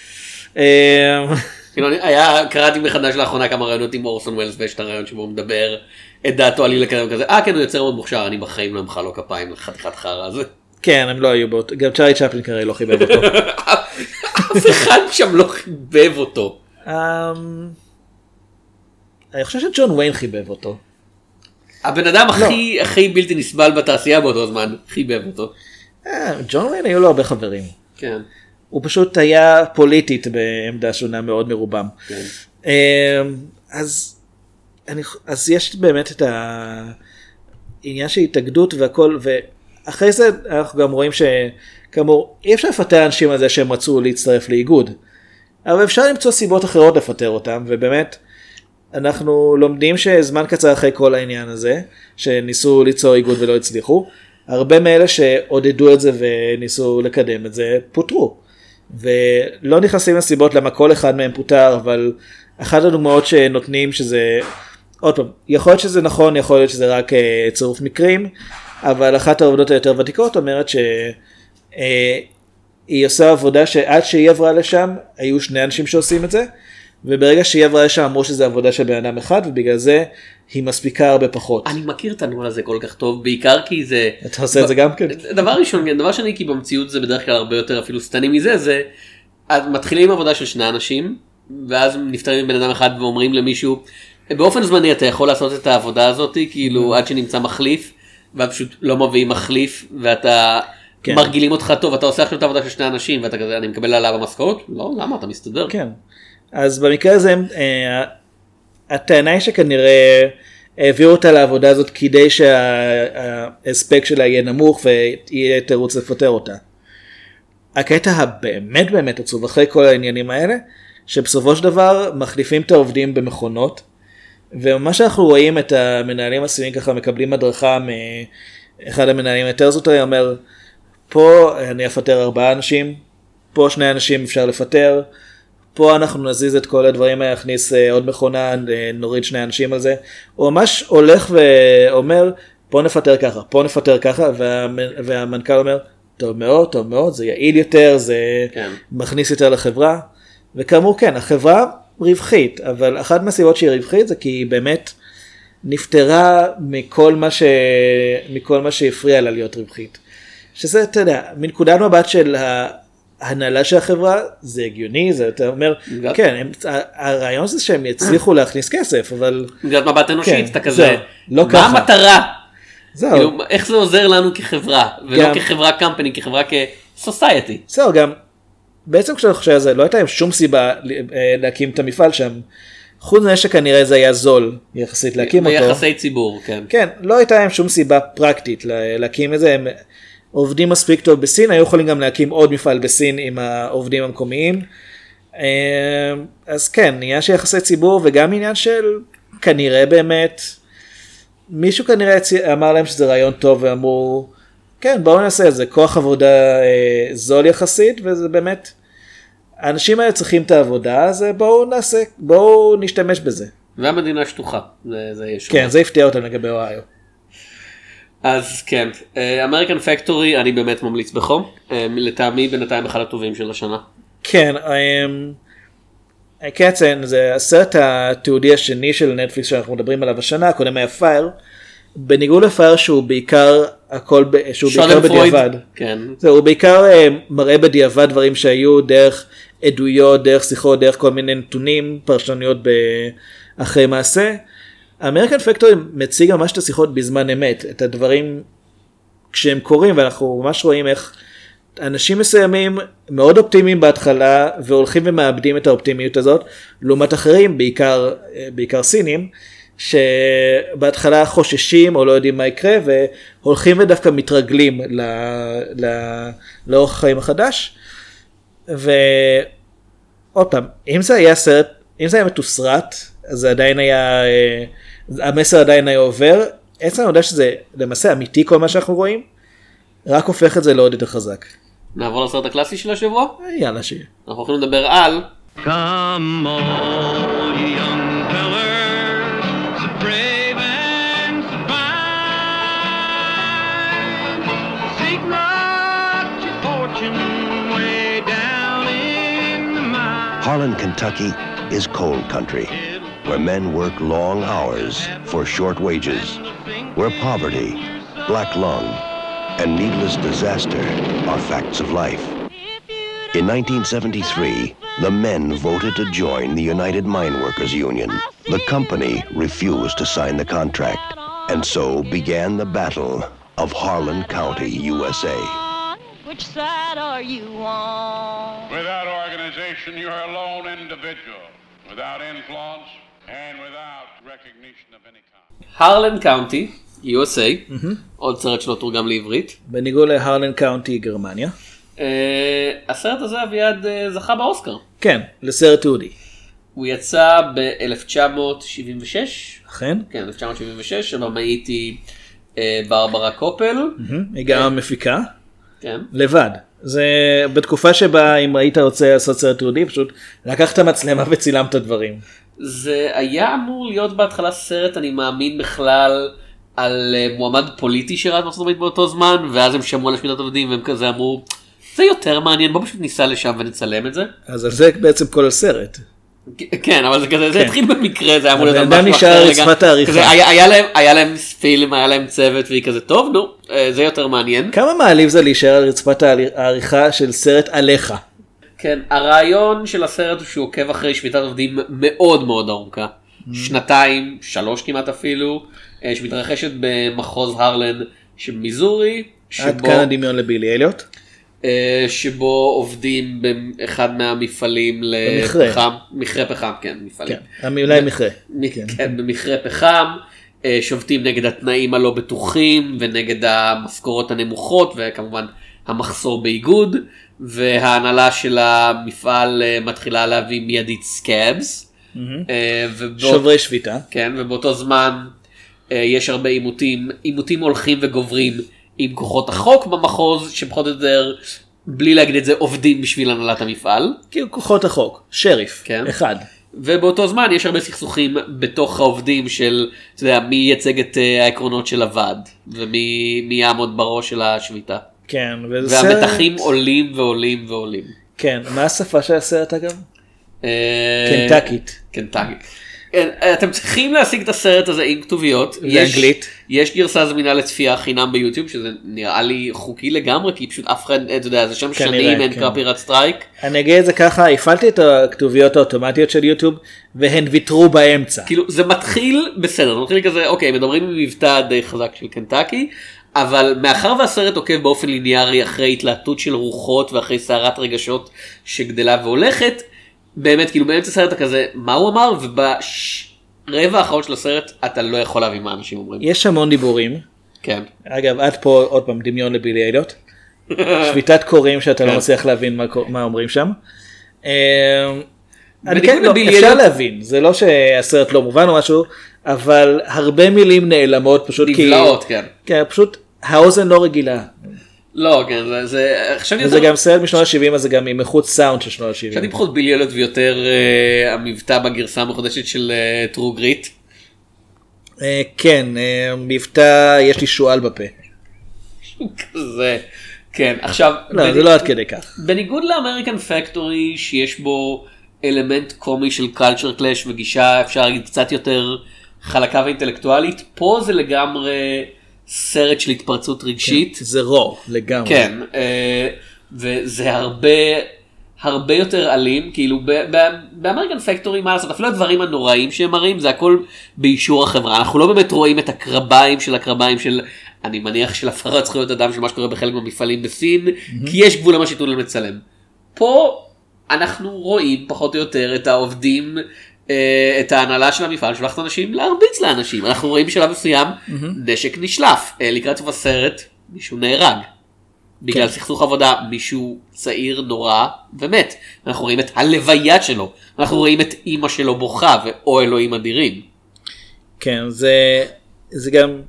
קראתי מחדש לאחרונה כמה רעיונות עם אורסון ווילס, ויש את הרעיון שבו הוא מדבר את דעתו על איליה קזאן כזה, כן, הוא יוצר מאוד מוכשר, אני בחיים לא אמחא לו כפיים לחתיכת חרא הזה. כן, הם לא היו בו, גם צ'ארלי צ'פלין כנראה לא חיבב אותו. אף אחד שם לא חיבב אותו. אני חושב שג'ון ויין חיבב אותו. הבן אדם הכי בלתי נסבל בתעשייה באותו זמן, חיבב אותו. ג'ון ויין היו לו הרבה חברים. כן. הוא פשוט היה פוליטית בעמדה שונה מאוד מרובם. אז יש באמת את העניין של התאגדות והכל, אחרי זה אנחנו גם רואים שכאמור אי אפשר לפטר אנשים על זה שהם רצו להצטרף לאיגוד, אבל אפשר למצוא סיבות אחרות לפטר אותם, ובאמת אנחנו לומדים שזמן קצר אחרי כל העניין הזה, שניסו ליצור איגוד ולא הצליחו, הרבה מאלה שעודדו את זה וניסו לקדם את זה פוטרו, ולא נכנסים לסיבות למה כל אחד מהם פוטר, אבל אחת הדוגמאות שנותנים שזה, עוד פעם, יכול להיות שזה נכון, יכול להיות שזה רק צירוף מקרים, אבל אחת העובדות היותר ותיקות אומרת שהיא עושה עבודה שעד שהיא עברה לשם, היו 2 אנשים שעושים את זה, וברגע שהיא עברה לשם אמרו שזה עבודה של בן אדם אחד, ובגלל זה היא מספיקה הרבה פחות. אני מכיר את הנוהל הזה כל כך טוב, בעיקר כי זה... אתה עושה את זה גם כן? דבר ראשון, דבר שני, כי במציאות זה בדרך כלל הרבה יותר אפילו סטני מזה, זה מתחילים עבודה של 2 אנשים, ואז נפטרים בן אדם אחד ואומרים למישהו, באופן זמני אתה יכול לעשות את העבודה הזאת, כאילו עד שנמצא מחליף, ואז פשוט לא מביאים מחליף, ואתה מרגילים אותך טוב, אתה עושה עכשיו את העבודה של 2 אנשים, ואתה כזה, אני מקבל עליו במשכורת? לא, למה? אתה מסתדר. כן. אז במקרה הזה, הטענה היא שכנראה העבירו אותה לעבודה הזאת, כדי שהאספקט שלה יהיה נמוך, ויהיה תירוץ לפטר אותה. הקטע הבאמת באמת עצוב, אחרי כל העניינים האלה, שבסופו של דבר מחליפים את העובדים במכונות, ומה שאנחנו רואים את המנהלים הסינים ככה מקבלים הדרכה מאחד המנהלים יותר זוטרים, אומר, פה אני אפטר 4 אנשים, פה 2 אנשים אפשר לפטר, פה אנחנו נזיז את כל הדברים האלה, נכניס עוד מכונה, נוריד 2 אנשים על זה. הוא ממש הולך ואומר, פה נפטר ככה, פה נפטר ככה, והמנכ"ל אומר, טוב מאוד, זה יעיל יותר, זה מכניס יותר לחברה. וכאמור כן, החברה רווחית, אבל אחת מהסיבות שהיא רווחית זה כי היא באמת נפטרה מכל מה שהפריע לה להיות רווחית. שזה, אתה יודע, מנקודת מבט של ההנהלה של החברה, זה הגיוני, זה אתה אומר, כן, הרעיון זה שהם יצליחו להכניס כסף, אבל... מנקודת מבט אנושית, אתה כזה, לא מה ככה. המטרה? זהו. איך זה עוזר לנו כחברה, ולא כחברה קמפני, כחברה כסוסייטי. זהו, גם, בעצם כשאני חושב על זה, לא הייתה להם שום סיבה להקים את המפעל שם, חוץ מזה שכנראה זה היה זול יחסית להקים אותו. ביחסי ציבור, כן. כן, לא הייתה להם שום סיבה פרקטית להקים את זה, הם עובדים מספיק טוב בסין, היו יכולים גם להקים עוד מפעל בסין עם העובדים המקומיים. אז כן, עניין של יחסי ציבור וגם עניין של כנראה באמת, מישהו כנראה אמר להם שזה רעיון טוב ואמרו, כן בואו נעשה את זה, כוח עבודה זול יחסית וזה באמת, האנשים האלה צריכים את העבודה, אז בואו נשתמש בזה. והמדינה שטוחה, זה יש. כן, זה הפתיע אותם לגבי אוהיו. אז כן, אמריקן פקטורי אני באמת ממליץ בחום, לטעמי בינתיים אחד הטובים של השנה. כן, קצן זה הסרט התיעודי השני של נטפליקס שאנחנו מדברים עליו השנה, הקודם היה פייר, בניגוד לפייר שהוא בעיקר בדיעבד. כן. הוא בעיקר מראה בדיעבד דברים שהיו דרך עדויות, דרך שיחות, דרך כל מיני נתונים, פרשנויות אחרי מעשה. האמריקן פקטורי מציג ממש את השיחות בזמן אמת, את הדברים כשהם קורים, ואנחנו ממש רואים איך אנשים מסוימים מאוד אופטימיים בהתחלה, והולכים ומאבדים את האופטימיות הזאת, לעומת אחרים, בעיקר סינים, שבהתחלה חוששים או לא יודעים מה יקרה, והולכים ודווקא מתרגלים לאורח החיים החדש. ועוד פעם, אם זה היה מתוסרט, אז זה עדיין היה, המסר עדיין היה עובר. עצם העובדה שזה למעשה אמיתי כל מה שאנחנו רואים, רק הופך את זה לעוד יותר חזק. נעבור לסרט הקלאסי של השבוע? יאללה שיר. אנחנו הולכים לדבר על... Come all ye young fellers, brave and fine, seek not your fortune way down in the mine. Harlan, Kentucky is coal country, where men work long hours for short wages, where poverty, black lung, and needless disaster are facts of life. In 1973, the men voted to join the United Mine Workers Union. The company refused to sign the contract, and so began the Battle of Harlan County, USA. Which side are you on? Without organization, you are a lone individual, without influence, and without recognition of any kind. Harlan County, USA, עוד סרט שלו תורגם לעברית. בניגוד להרלן קאונטי, גרמניה. הסרט הזה אביעד זכה באוסקר. כן, לסרט תיעודי. הוא יצא ב-1976. אכן? כן, 1976, הבמאית היא ברברה קופל. היא גם מפיקה. כן. לבד. זה בתקופה שבה אם היית רוצה לעשות סרט תיעודי, פשוט לקחת מצלמה וצילמת דברים. זה היה אמור להיות בהתחלה סרט, אני מאמין בכלל, על מועמד פוליטי שרץ בארצות הברית באותו זמן, ואז הם שמעו על שמיטת עובדים והם כזה אמרו, זה יותר מעניין, בוא פשוט ניסע לשם ונצלם את זה. אז על זה בעצם כל הסרט. כן, אבל זה כזה, זה התחיל במקרה, זה היה אמור להיות משהו אחר לגמרי. רצפת העריכה. היה להם פילם, היה להם צוות, והיא כזה, טוב, נו, זה יותר מעניין. כמה מעליב זה להישאר על רצפת העריכה של סרט עליך? כן, הרעיון של הסרט הוא שהוא עוקב אחרי שמיטת עובדים מאוד מאוד ארוכה. 2, 3 כמעט אפילו, שמתרחשת במחוז הרלן שבמיזורי. עד כאן הדמיון לבילי אליוט. שבו עובדים באחד מהמפעלים לפחם, מכרה פחם, כן, מפעלים. כן, אולי מכרה. כן, במכרה פחם, שובתים נגד התנאים הלא בטוחים, ונגד המשכורות הנמוכות, וכמובן המחסור באיגוד, וההנהלה של המפעל מתחילה להביא מיידית סקאבס. שוברי שביתה. כן, ובאותו זמן יש הרבה עימותים הולכים וגוברים, עם כוחות החוק במחוז, שפחות או יותר, בלי להגיד את זה, עובדים בשביל הנהלת המפעל. כאילו כוחות החוק, שריף, כן. אחד. ובאותו זמן יש הרבה סכסוכים בתוך העובדים של, אתה יודע, מי ייצג את העקרונות של הוועד, ומי יעמוד בראש של השביתה. כן, והמתחים עולים ועולים ועולים. כן, מה השפה של הסרט אגב? קנטקית. אתם צריכים להשיג את הסרט הזה עם כתוביות. באנגלית. יש גרסה זמינה לצפייה חינם ביוטיוב, שזה נראה לי חוקי לגמרי, כי פשוט אף אחד, אתה יודע, זה שם שנים, אין קופירייט סטרייק. אני אגיד את זה ככה, הפעלתי את הכתוביות האוטומטיות של יוטיוב, והן ויתרו באמצע. כאילו, זה מתחיל בסדר, זה מתחיל כזה, אוקיי, מדברים עם מבטא די חזק של קנטקי, אבל מאחר והסרט עוקב באופן ליניארי אחרי התלהטות של רוחות ואחרי סערת רגשות שגדלה והולכת, באמת, כאילו באמצע הסרט כזה, מה הוא אמר? וברבע האחרון של הסרט אתה לא יכול להבין מה אנשים אומרים. יש המון דיבורים. כן. אגב, עד פה עוד פעם דמיון לבילי אליוט. שביתת קוראים שאתה לא מצליח להבין מה אומרים שם. אפשר להבין, זה לא שהסרט לא מובן או משהו, אבל הרבה מילים נעלמות פשוט כי... נבלעות, כן. כן, פשוט האוזן לא רגילה. לא, כן, זה... וזה גם סרט משנות ה-70, אז זה גם עם איכות סאונד של שנות ה-70. חשבתי פחות בילי אליוט ויותר המבטא בגרסה המחודשת של טרו גריט. כן, מבטא, יש לי שואל בפה. כזה, כן, עכשיו... לא, זה לא עד כדי כך. בניגוד לאמריקן פקטורי, שיש בו אלמנט קומי של קלצ'ר קלאש וגישה, אפשר להגיד קצת יותר חלקה ואינטלקטואלית, פה זה לגמרי סרט של התפרצות רגשית. כן, זה רו, לגמרי. כן, וזה הרבה יותר אלים, כאילו באמריקן פקטורי, מה לעשות, אפילו הדברים הנוראים שהם מראים, זה הכל באישור החברה, אנחנו לא באמת רואים את הקרביים של, אני מניח של הפרת זכויות אדם של מה שקורה בחלק מהמפעלים בסין, כי יש גבול למה שיתנו להם לצלם. פה אנחנו רואים פחות או יותר את העובדים, את ההנהלה של המפעל, שולחת אנשים להרביץ לאנשים, אנחנו רואים בשלב מסוים, נשק נשלף, לקראת סוף הסרט, מישהו נהרג. בגלל סכסוך עבודה, מישהו צעיר נורא ומת. אנחנו רואים את הלוויה שלו, אנחנו רואים את אמא שלו בוכה, ואו אלוהים אדירים. כן, זה גם,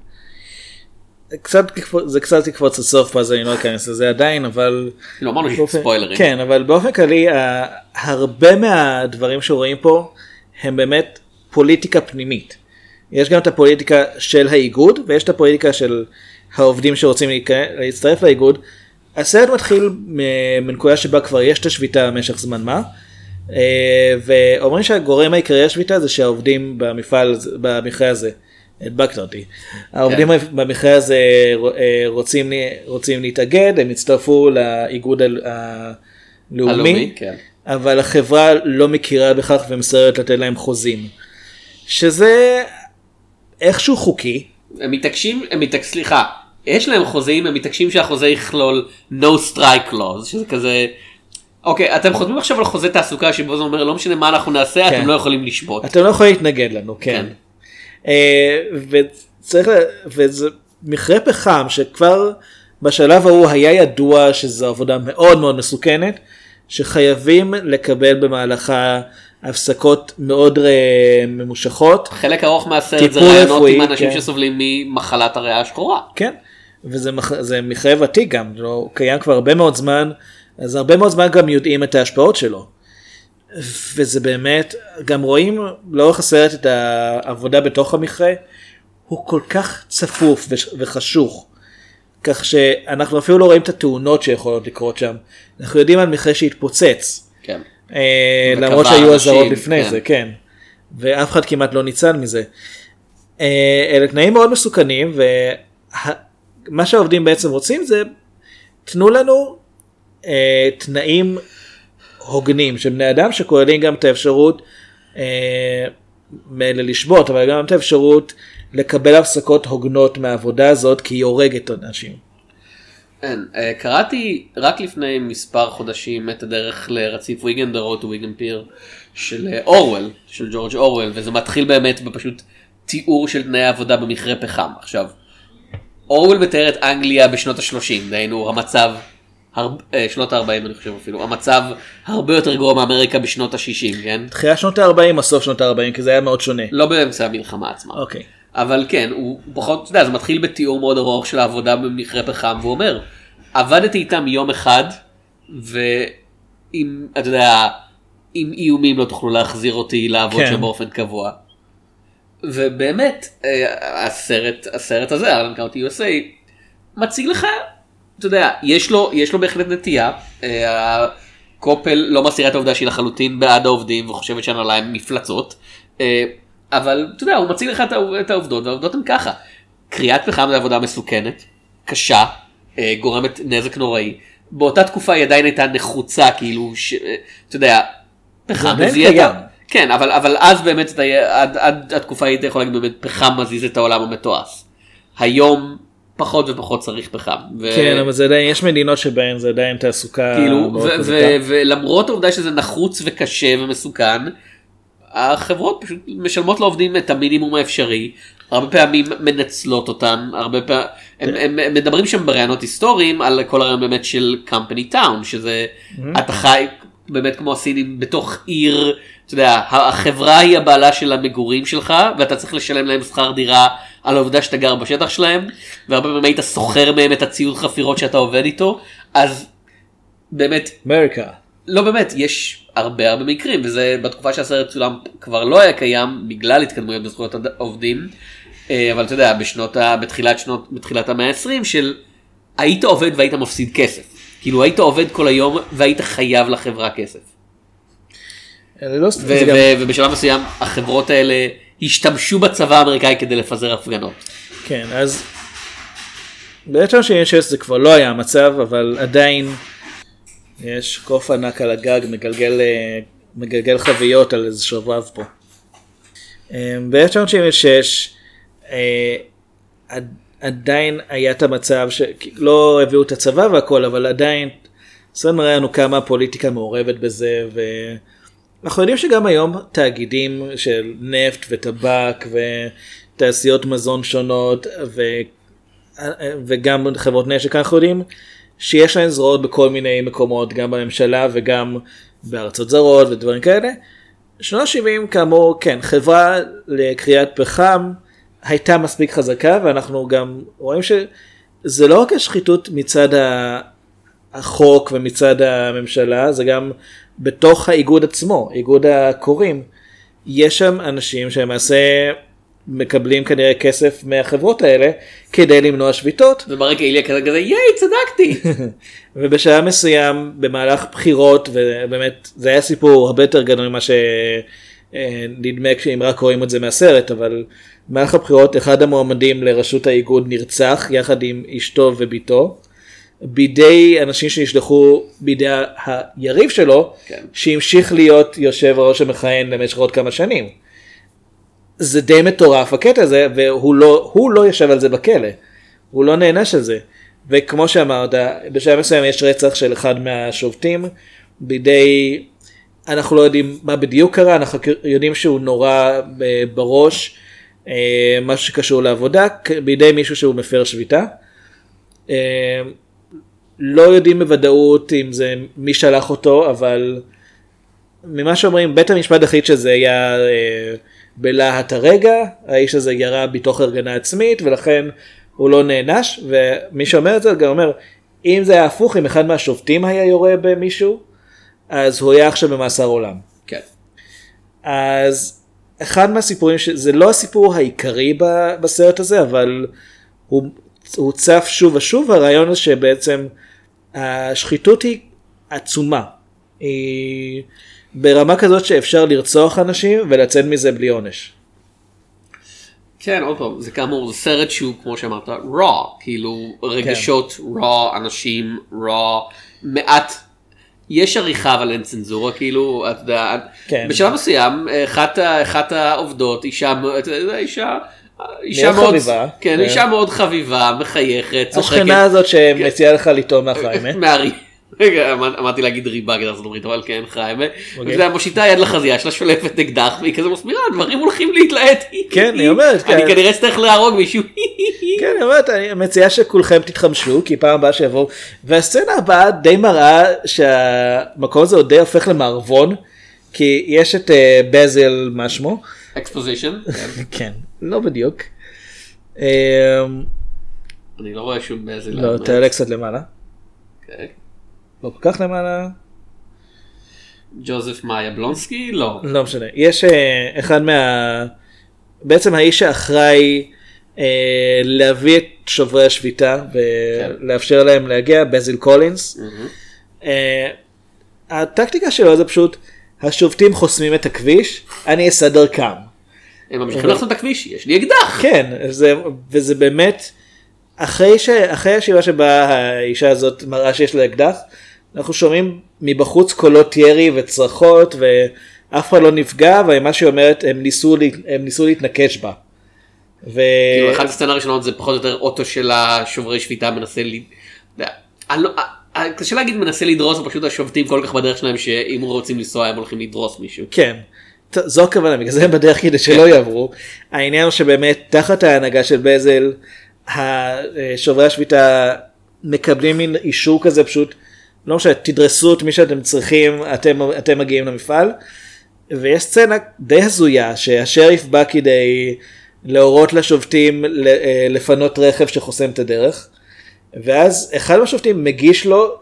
זה קצת לקפוץ לסוף, אז אני לא אכנס לזה עדיין, אבל... לא אמרנו ספוילרים. כן, אבל באופן כללי, הרבה מהדברים שרואים פה, הם באמת פוליטיקה פנימית. יש גם את הפוליטיקה של האיגוד, ויש את הפוליטיקה של העובדים שרוצים להצטרף לאיגוד. הסרט מתחיל מנקודה שבה כבר יש את השביתה במשך זמן מה, ואומרים שהגורם העיקרי השביתה זה שהעובדים במפעל, במכרה הזה, הדבקת אותי, העובדים במכרה הזה רוצים להתאגד, הם הצטרפו לאיגוד הלאומי, אבל החברה לא מכירה בכך ומסרבת לתת להם חוזים, שזה איכשהו חוקי. הם מתעקשים, סליחה, יש להם חוזים, הם מתעקשים שהחוזה יכלול no strike clause, שזה כזה, אוקיי, אתם חותמים עכשיו על חוזה תעסוקה שבו זה אומר, לא משנה מה אנחנו נעשה, אתם לא יכולים לשבות. אתם לא יכולים להתנגד לנו, כן. וזה מכרה פחם שכבר בשלב ההוא היה ידוע שזו עבודה מאוד מאוד מסוכנת, שחייבים לקבל במהלכה הפסקות מאוד ממושכות. חלק ארוך מהסרט זה רעיונות עם אנשים שסובלים ממחלת הריאה השחורה. כן, וזה מכרה ותיק גם, לא קיים כבר הרבה מאוד זמן, אז הרבה מאוד זמן גם יודעים את ההשפעות שלו. וזה באמת, גם רואים לאורך הסרט את העבודה בתוך המכרה, הוא כל כך צפוף וחשוך, כך שאנחנו אפילו לא רואים את התאונות שיכולות לקרות שם. אנחנו יודעים על מכרה שהתפוצץ. כן. למרות שהיו הזרות לפני זה, כן. ואף אחד כמעט לא ניצל מזה. אלה תנאים מאוד מסוכנים, ומה שהעובדים בעצם רוצים זה, תנו לנו תנאים הוגנים של בני אדם, שכוללים גם את האפשרות לשבות, אבל גם את האפשרות לקבל הפסקות הוגנות מהעבודה הזאת, כי היא הורגת אנשים. קראתי רק לפני מספר חודשים את הדרך לרציף ויגן דרות וויגן פיר של אורוול, של ג'ורג' אורוול, וזה מתחיל באמת בפשוט תיאור של תנאי העבודה במכרה פחם. עכשיו, אורוול מתאר את אנגליה בשנות ה-30, דהיינו המצב, שנות ה-40 אני חושב אפילו, המצב הרבה יותר גרוע מאמריקה בשנות ה-60, כן? תחילה שנות ה-40, הסוף שנות ה-40, כי זה היה מאוד שונה. לא באמצע המלחמה עצמה. אוקיי. אבל כן, הוא פחות, אתה יודע, זה מתחיל בתיאור מאוד ארוך של העבודה במכרה פחם, והוא אומר, עבדתי איתם יום אחד, ואם, אתה יודע, עם איומים לא תוכלו להחזיר אותי לעבוד שם באופן קבוע. ובאמת, הסרט הזה, ארלן קאונטי USA, מציג לך, אתה יודע, יש לו בהחלט נטייה, קופל לא מסירה את העובדה שהיא לחלוטין בעד העובדים וחושבת שאין עליהם מפלצות, אבל אתה יודע, הוא מציג לך את העובדות, והעובדות הן ככה. קריאת פחם זה עבודה מסוכנת, קשה, גורמת נזק נוראי. באותה תקופה היא עדיין הייתה נחוצה, כאילו, אתה יודע, פחם מזיז כן, אבל אז באמת, עד התקופה היית יכול להגיד באמת, פחם מזיז את העולם המתועש. היום פחות ופחות צריך פחם. כן, אבל זה עדיין, יש מדינות שבהן זה עדיין תעסוקה. כאילו, ולמרות העובדה שזה נחוץ וקשה ומסוכן, החברות פשוט משלמות לעובדים את המינימום האפשרי, הרבה פעמים מנצלות אותם, הם מדברים שם ברעיונות היסטוריים על כל הרעיון באמת של company town, שזה אתה חי באמת כמו הסינים בתוך עיר, אתה יודע, החברה היא הבעלה של המגורים שלך, ואתה צריך לשלם להם שכר דירה על העובדה שאתה גר בשטח שלהם, והרבה פעמים היית סוחר מהם את הציוד חפירות שאתה עובד איתו, אז באמת, אמריקה. לא באמת, יש הרבה מקרים, וזה בתקופה שהסרט צולם כבר לא היה קיים, בגלל התקדמויות בזכויות העובדים, אבל אתה יודע, בתחילת המאה ה-20 של היית עובד והיית מפסיד כסף. כאילו היית עובד כל היום והיית חייב לחברה כסף. ובשלב מסוים החברות האלה השתמשו בצבא האמריקאי כדי לפזר הפגנות. כן, אז בעצם זה כבר לא היה המצב, אבל עדיין יש קוף ענק על הגג, מגלגל חביות על איזה שרבב פה. ב-1976 עדיין היה את המצב שלא הביאו את הצבא והכל, אבל עדיין סרט מראה לנו כמה הפוליטיקה מעורבת בזה, ואנחנו יודעים שגם היום תאגידים של נפט וטבק ותעשיות מזון שונות וגם חברות נשק, אנחנו יודעים שיש להן זרועות בכל מיני מקומות, גם בממשלה וגם בארצות זרות ודברים כאלה. שנות ה-70 כאמור, כן, חברה לקריאת פחם הייתה מספיק חזקה, ואנחנו גם רואים שזה לא רק השחיתות מצד החוק ומצד הממשלה, זה גם בתוך האיגוד עצמו, איגוד הקוראים. יש שם אנשים שמעשה מקבלים כנראה כסף מהחברות האלה כדי למנוע שביתות. וברקע איליה כזה, ייי, צדקתי. ובשעה מסוים במהלך בחירות, ובאמת זה היה סיפור הרבה יותר גדול ממה שנדמה אם רק רואים את זה מהסרט, אבל במהלך הבחירות אחד המועמדים לראשות האיגוד נרצח יחד עם אשתו וביתו, בידי אנשים שנשלחו בידי היריב שלו, כן. שהמשיך להיות יושב הראש המכהן למשך עוד כמה שנים. זה די מטורף הקטע הזה, והוא לא ישב על זה בכלא, הוא לא נענש על זה. וכמו שאמרת, בשלב מסוים יש רצח של אחד מהשופטים, בידי, אנחנו לא יודעים מה בדיוק קרה, אנחנו יודעים שהוא נורא בראש, משהו שקשור לעבודה, בידי מישהו שהוא מפר שביתה. לא יודעים בוודאות אם זה מי שלח אותו, אבל ממה שאומרים, בית המשפט החליט שזה היה בלהט הרגע, האיש הזה ירה בתוך הרגנה עצמית, ולכן הוא לא נענש, ומי שאומר את זה גם אומר, אם זה היה הפוך, אם אחד מהשופטים היה יורה במישהו, אז הוא היה עכשיו במאסר עולם. כן. אז אחד מהסיפורים, זה לא הסיפור העיקרי בסרט הזה, אבל הוא צף שוב ושוב, הרעיון הוא שבעצם השחיתות היא עצומה. היא ברמה כזאת שאפשר לרצוח אנשים ולצאת מזה בלי עונש. כן, עוד פעם, זה כאמור, זה סרט שהוא, כמו שאמרת, raw, כאילו רגשות raw, אנשים raw, מעט, יש עריכה אבל אין צנזורה, כאילו, אתה יודע, בשלב מסוים, אחת העובדות, אישה מאוד חביבה, כן, אישה מאוד חביבה, מחייכת, צוחקת. השכנה הזאת שמציעה לך לטעום מהחיים, מהרי. רגע, אמרתי להגיד ריבה כדי לעשות דברית, אבל כן, חיים. וזה מושיטה יד לחזייה שלה, שולפת אקדח, והיא כזה מסבירה, דברים הולכים להתלהט. כן, היא אומרת. אני כנראה שצריך להרוג מישהו. כן, היא אומרת, אני מציעה שכולכם תתחמשו, כי פעם הבאה שיבואו. והסצנה הבאה די מראה שהמקום הזה עוד די הופך למערבון, כי יש את בזל, מה שמו? אקספוזישן. כן, לא בדיוק. אני לא רואה שום בזל. לא, תעלה קצת למעלה. אוקיי. לא כל כך למעלה. ג'וזף מאיה בלונסקי? לא. לא משנה. יש אחד בעצם האיש שאחראי להביא את שוברי השביתה ולאפשר להם להגיע, בזיל קולינס. הטקטיקה שלו זה פשוט, השופטים חוסמים את הכביש, אני אעשה דרכם. הם ממשיכים לחסום את הכביש, יש לי אקדח. כן, וזה באמת, אחרי השאלה שבה האישה הזאת מראה שיש לה אקדח, אנחנו שומעים מבחוץ קולות ירי וצרחות, ואף אחד לא נפגע, ומה שהיא אומרת, הם ניסו להתנקש בה. כאילו, אחת הסצנה הראשונות זה פחות או יותר אוטו של השוברי שביתה מנסה קשה להגיד מנסה לדרוס, או פשוט השובטים כל כך בדרך שלהם שאם רוצים לנסוע הם הולכים לדרוס מישהו. כן, זו הכוונה, בגלל זה הם בדרך כדי שלא יעברו. העניין הוא שבאמת תחת ההנהגה של בזל, השוברי השביתה מקבלים מין אישור כזה פשוט, לא משנה, תדרסו את מי שאתם צריכים, אתם מגיעים למפעל, ויש סצנה די הזויה שהשריף בא כדי להורות לשובטים לפנות רכב שחוסם את הדרך, ואז אחד מהשופטים מגיש לו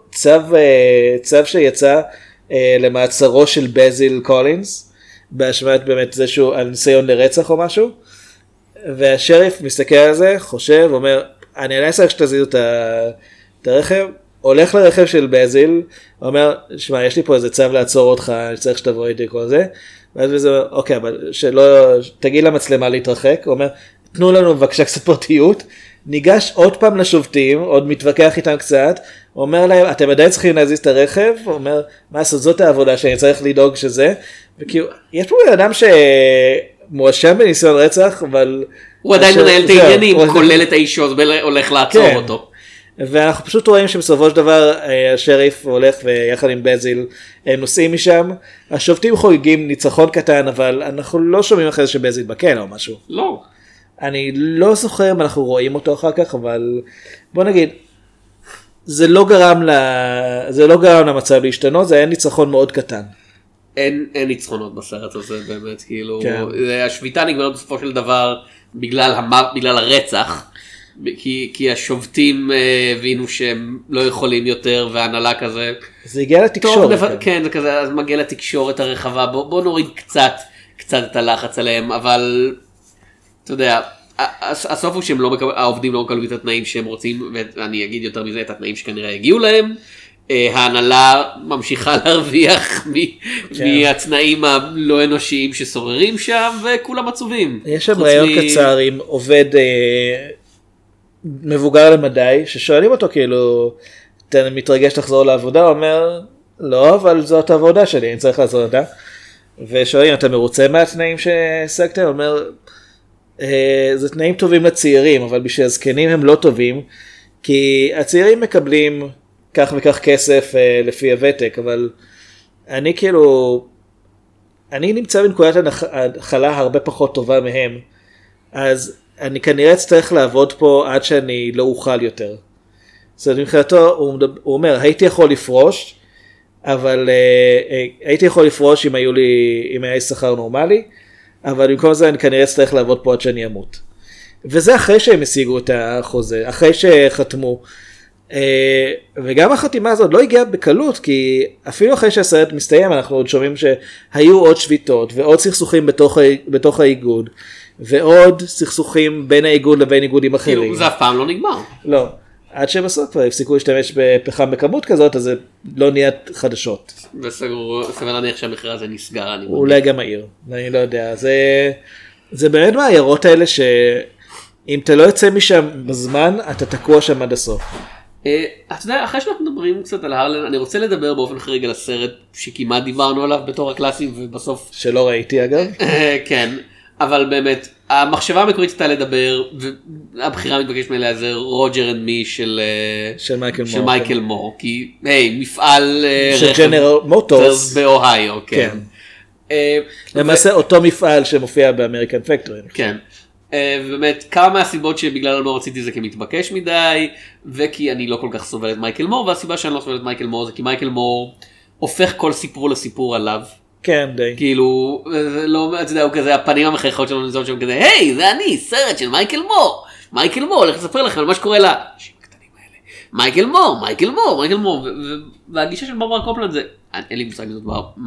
צו שיצא למעצרו של בזיל קולינס, באשמת באמת זה שהוא על ניסיון לרצח או משהו, והשריף מסתכל על זה, חושב, אומר, אני עדיין צריך שתזיזו את הרכב, הולך לרכב של בזיל, אומר, שמע, יש לי פה איזה צו לעצור אותך, אני צריך שתבוא איתי כל זה, ואז זה אומר, אוקיי, אבל תגיד למצלמה להתרחק, הוא אומר, תנו לנו בבקשה קצת פרטיות, ניגש עוד פעם לשופטים, עוד מתווכח איתם קצת, אומר להם, אתם עדיין צריכים להזיז את הרכב, הוא אומר, מה לעשות, זאת העבודה שאני צריך לדאוג שזה, וכאילו, יש פה אדם שמואשם בניסיון רצח, אבל... הוא עדיין מנהל את העניינים, כולל את האישו, הולך לעצור אותו. ואנחנו פשוט רואים שבסופו של דבר, השריף הולך ויחד עם בזיל, הם נוסעים משם, השופטים חוגגים ניצחון קטן, אבל אנחנו לא שומעים אחרי זה שבזיל בכלא או משהו. לא. אני לא זוכר אם אנחנו רואים אותו אחר כך, אבל בוא נגיד, זה לא גרם למצב להשתנות, זה היה ניצחון מאוד קטן. אין ניצחונות בסרט הזה באמת, כאילו, השביתה נגמרת בסופו של דבר בגלל הרצח, כי השובטים הבינו שהם לא יכולים יותר, והנהלה כזה. זה הגיע לתקשורת. כן, זה כזה, אז מגיע לתקשורת הרחבה, בוא נוריד קצת את הלחץ עליהם, אבל אתה יודע, הסוף הוא שהעובדים לא מקבלים את התנאים שהם רוצים, ואני אגיד יותר מזה, את התנאים שכנראה הגיעו להם, ההנהלה ממשיכה להרוויח מהתנאים הלא אנושיים ששוררים שם, וכולם עצובים. יש שם רעיון קצר עם עובד מבוגר למדי, ששואלים אותו כאילו, אתה מתרגש לחזור לעבודה, הוא אומר, לא, אבל זאת העבודה שלי, אני צריך לעזור אותה. ושואלים, אתה מרוצה מהתנאים שהשגתם? הוא אומר, זה תנאים טובים לצעירים, אבל בשביל הזקנים הם לא טובים, כי הצעירים מקבלים כך וכך כסף לפי הוותק, אבל אני כאילו, אני נמצא בנקודת ההתחלה הרבה פחות טובה מהם, אז אני כנראה צריך לעבוד פה עד שאני לא אוכל יותר. זאת אומרת, מבחינתו, הוא אומר, הייתי יכול לפרוש, אבל הייתי יכול לפרוש אם היה לי שכר נורמלי, אבל במקום זה אני כנראה צריך לעבוד פה עד שאני אמות. וזה אחרי שהם השיגו את החוזה, אחרי שחתמו. וגם החתימה הזאת לא הגיעה בקלות, כי אפילו אחרי שהסרט מסתיים, אנחנו עוד שומעים שהיו עוד שביתות, ועוד סכסוכים בתוך האיגוד, ועוד סכסוכים בין האיגוד לבין איגודים אחרים. כאילו, זה אף פעם לא נגמר. לא. עד שבסוף כבר הפסיקו להשתמש בפחם בכמות כזאת, אז זה לא נהיה חדשות. וסביר להניח שהמחיר הזה נסגר. אולי גם העיר, אני לא יודע. זה באמת מהעיירות האלה שאם אתה לא יוצא משם בזמן, אתה תקוע שם עד הסוף. אתה יודע, אחרי שאנחנו מדברים קצת על הרלן, אני רוצה לדבר באופן חריג על הסרט שכמעט דיברנו עליו בתור הקלאסי, ובסוף... שלא ראיתי אגב. כן. אבל באמת, המחשבה המקורית הייתה לדבר, והבחירה המתבקשת מאליה זה רוג'ר אנד מי של מייקל מור, כי מפעל של ג'נרל מוטורס באוהיו, כן. למעשה אותו מפעל שמופיע באמריקן פקטורי. כן. ובאמת, כמה מהסיבות שבגלל לא רציתי זה כי מתבקש מדי, וכי אני לא כל כך סובל את מייקל מור, והסיבה שאני לא סובל את מייקל מור זה כי מייקל מור הופך כל סיפור לסיפור עליו. כן, די. כאילו, לא, אתה יודע, הוא כזה, הפנים המחייכות שלנו נזון שם כזה, היי, זה אני, סרט של מייקל מור. מייקל מור, הולך לספר לכם על מה שקורה לאנשים הקטנים האלה. מייקל מור. והגישה של ברברה קופלנד זה, אין לי מושג זאת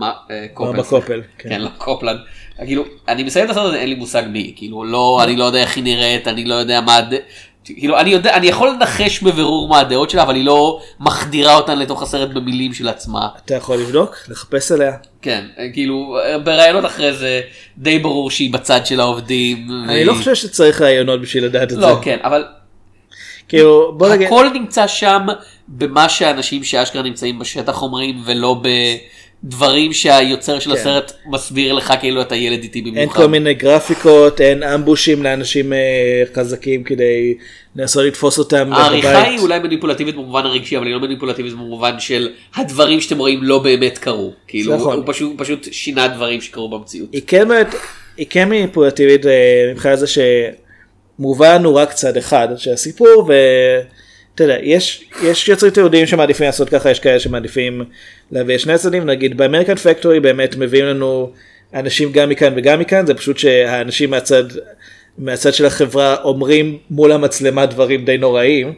קופל. כן, לא קופלנד. כאילו, אני מסיים את הסרט הזה, אין לי מושג מי. כאילו, לא, אני לא יודע איך היא נראית, אני לא יודע מה... כאילו אני יכול לנחש בבירור מה הדעות שלה, אבל היא לא מחדירה אותן לתוך הסרט במילים של עצמה. אתה יכול לבדוק, לחפש עליה. כן, כאילו ברעיונות אחרי זה די ברור שהיא בצד של העובדים. אני לא חושב שצריך רעיונות בשביל לדעת את זה. לא, כן, אבל כאילו, בוא נגיד... הכל נמצא שם במה שאנשים שאשכרה נמצאים בשטח אומרים, ולא בדברים שהיוצר של הסרט מסביר לך כאילו אתה ילד איתי במיוחד. אין כל מיני גרפיקות, אין אמבושים לאנשים חזקים כדי לנסות לתפוס אותם בבית. העריכה היא אולי מניפולטיבית במובן הרגשי, אבל היא לא מניפולטיבית במובן של הדברים שאתם רואים לא באמת קרו. כאילו, הוא פשוט שינה דברים שקרו במציאות. היא כן מניפולטיבית מבחינת זה שמובן הוא רק צד אחד של הסיפור, ואתה יודע, יש יוצרים תיעודיים שמעדיפים לעשות ככה, יש כאלה שמעדיפים להביא שני צדדים, נגיד באמריקן פקטורי באמת מביאים לנו אנשים גם מכאן וגם מכאן, זה פשוט שהאנשים מהצד של החברה אומרים מול המצלמה דברים די נוראים.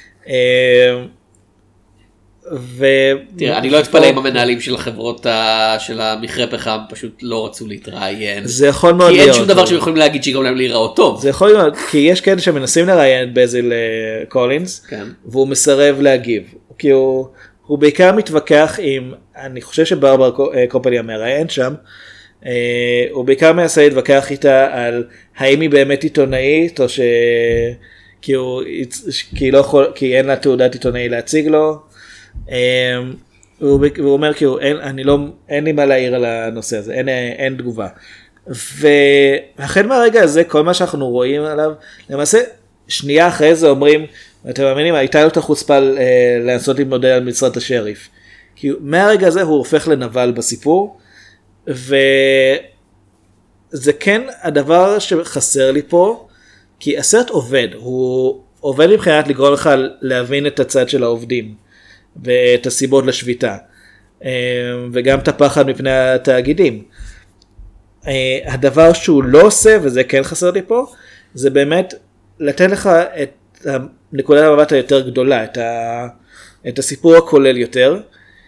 תראה, אני לא אתפלא אם המנהלים של החברות של המכרה פחם פשוט לא רצו להתראיין. זה יכול מאוד להיות. כי אין שום דבר שהם יכולים להגיד שיגרום להם להיראות טוב. זה יכול להיות, כי יש כאלה שמנסים לראיין את בזיל קולינס, והוא מסרב להגיב. כי הוא בעיקר מתווכח עם, אני חושב שברבר קופלי המראיין שם, הוא בעיקר מנסה להתווכח איתה על האם היא באמת עיתונאית, או כי אין לה תעודת עיתונאי להציג לו. הוא אומר כאילו אין לי מה להעיר על הנושא הזה, אין תגובה. והחל מהרגע הזה כל מה שאנחנו רואים עליו, למעשה שנייה אחרי זה אומרים, אתם מאמינים, הייתה לו את החוצפה לנסות להתמודד על משרת השריף. כי מהרגע הזה הוא הופך לנבל בסיפור, וזה כן הדבר שחסר לי פה, כי הסרט עובד, הוא עובד מבחינת לגרום לך להבין את הצד של העובדים, ואת הסיבות לשביתה, וגם את הפחד מפני התאגידים. הדבר שהוא לא עושה, וזה כן חסר לי פה, זה באמת לתת לך את נקודת המבט היותר גדולה, את הסיפור הכולל יותר.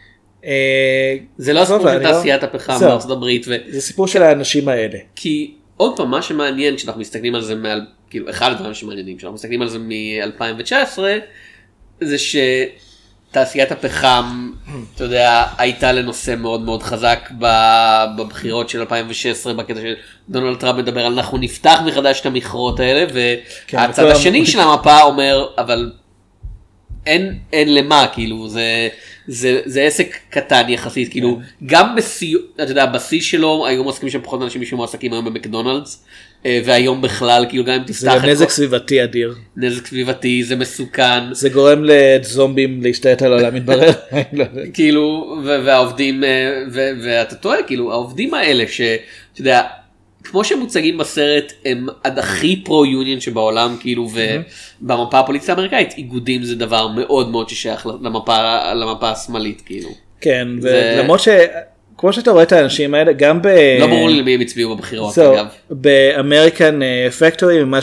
זה לא הסיפור של תעשיית הפחם בארצות הברית. זה סיפור של האנשים האלה. כי עוד פעם, מה שמעניין כשאנחנו מסתכלים על זה, כאילו אחד הדברים שמעניינים, כשאנחנו מסתכלים על זה מ-2019, זה שתעשיית הפחם, אתה יודע, הייתה לנושא מאוד מאוד חזק בבחירות של 2016, בקטע של דונלד טראמפ מדבר על אנחנו נפתח מחדש את המכרות האלה, והצד השני של המפה אומר, אבל אין למה, כאילו, זה עסק קטן יחסית, כאילו, גם אתה יודע, בשיא שלו, היו מועסקים שם פחות אנשים שמועסקים היום במקדונלדס, והיום בכלל, כאילו, גם אם תפתח... זה נזק סביבתי אדיר. נזק סביבתי, זה מסוכן. זה גורם לזומבים להשתלט על העולם, מתברר. כאילו, והעובדים, ואתה טועה, כאילו, העובדים האלה, שאתה יודע, כמו שהם מוצגים בסרט, הם עד הכי פרו-יוניון שבעולם, כאילו, ובמפה הפוליטית האמריקאית, איגודים זה דבר מאוד מאוד ששייך למפה השמאלית, כאילו. כן, ולמרות כמו שאתה רואה את האנשים האלה, גם לא ברור לי למי הם הצביעו בבחירות, אגב. באמריקן פקטורי, ממה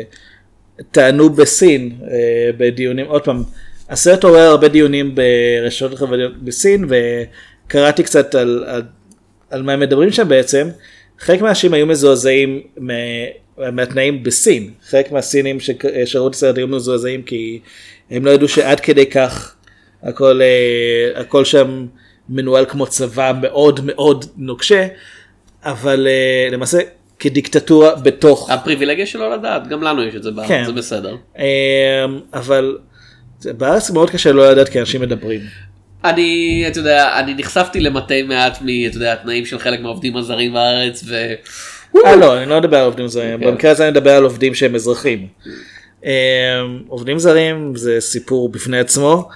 שטענו בסין, בדיונים, עוד פעם, הסרט עורר הרבה דיונים ברשתות חברתיות בסין, וקראתי קצת על מה הם מדברים שם בעצם. חלק מהאנשים היו מזועזעים מהתנאים בסין. חלק מהסינים שראו את הסרט היו מזועזעים, כי הם לא ידעו שעד כדי כך הכל שם מנוהל כמו צבא מאוד מאוד נוקשה, אבל למעשה כדיקטטורה בתוך... הפריבילגיה שלו לדעת, גם לנו יש את זה בארץ, כן. זה בסדר. אבל בארץ מאוד קשה לא לדעת כי אנשים מדברים. אתה יודע, אני נחשפתי למתי מעט התנאים של חלק מהעובדים הזרים בארץ לא, אני לא מדבר על עובדים זרים, במקרה הזה אני מדבר על עובדים שהם אזרחים. עובדים זרים זה סיפור בפני עצמו,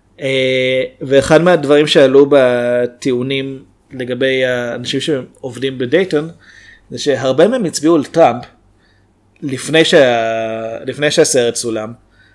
ואחד מהדברים שעלו בטיעונים לגבי האנשים שעובדים בדייטון, זה שהרבה מהם הצביעו לטראמפ לפני שהסרט צולם,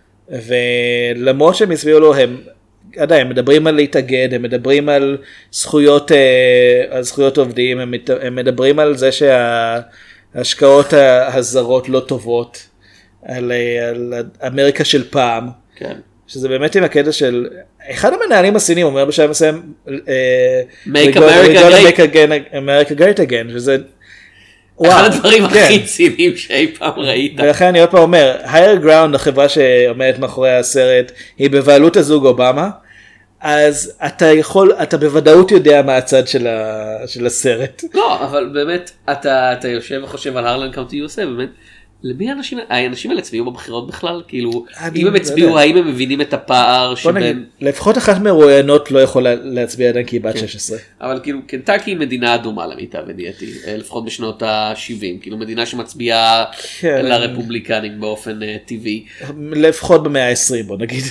ולמרות שהם הצביעו לו, הם מדברים על להתאגד, הם מדברים על זכויות עובדים, הם מדברים על זה שההשקעות הזרות לא טובות, על אמריקה של פעם, כן. שזה באמת עם הקטע של, אחד המנהלים הסינים אומר בשלב מסוים, Make America America Great Again, שזה אחד הדברים הכי ציניים שאי פעם ראית. ולכן אני עוד פעם אומר, Higher Ground, החברה שעומדת מאחורי הסרט, היא בבעלות הזוג אובמה, אז אתה בוודאות יודע מה הצד של הסרט. לא, אבל באמת, אתה יושב וחושב על הרלן קאונטי USA, באמת, למי האנשים האלה הצביעו בבחירות בכלל? כאילו, אם הם הצביעו, האם הם מבינים את הפער שבין... לפחות אחת מרואיינות לא יכולה להצביע עדיין כי היא בת 16. אבל כאילו, קנטקי היא מדינה אדומה למיטב ידיעתי, לפחות בשנות ה-70, כאילו מדינה שמצביעה לרפובליקנים באופן טבעי. לפחות במאה ה-20 בוא נגיד.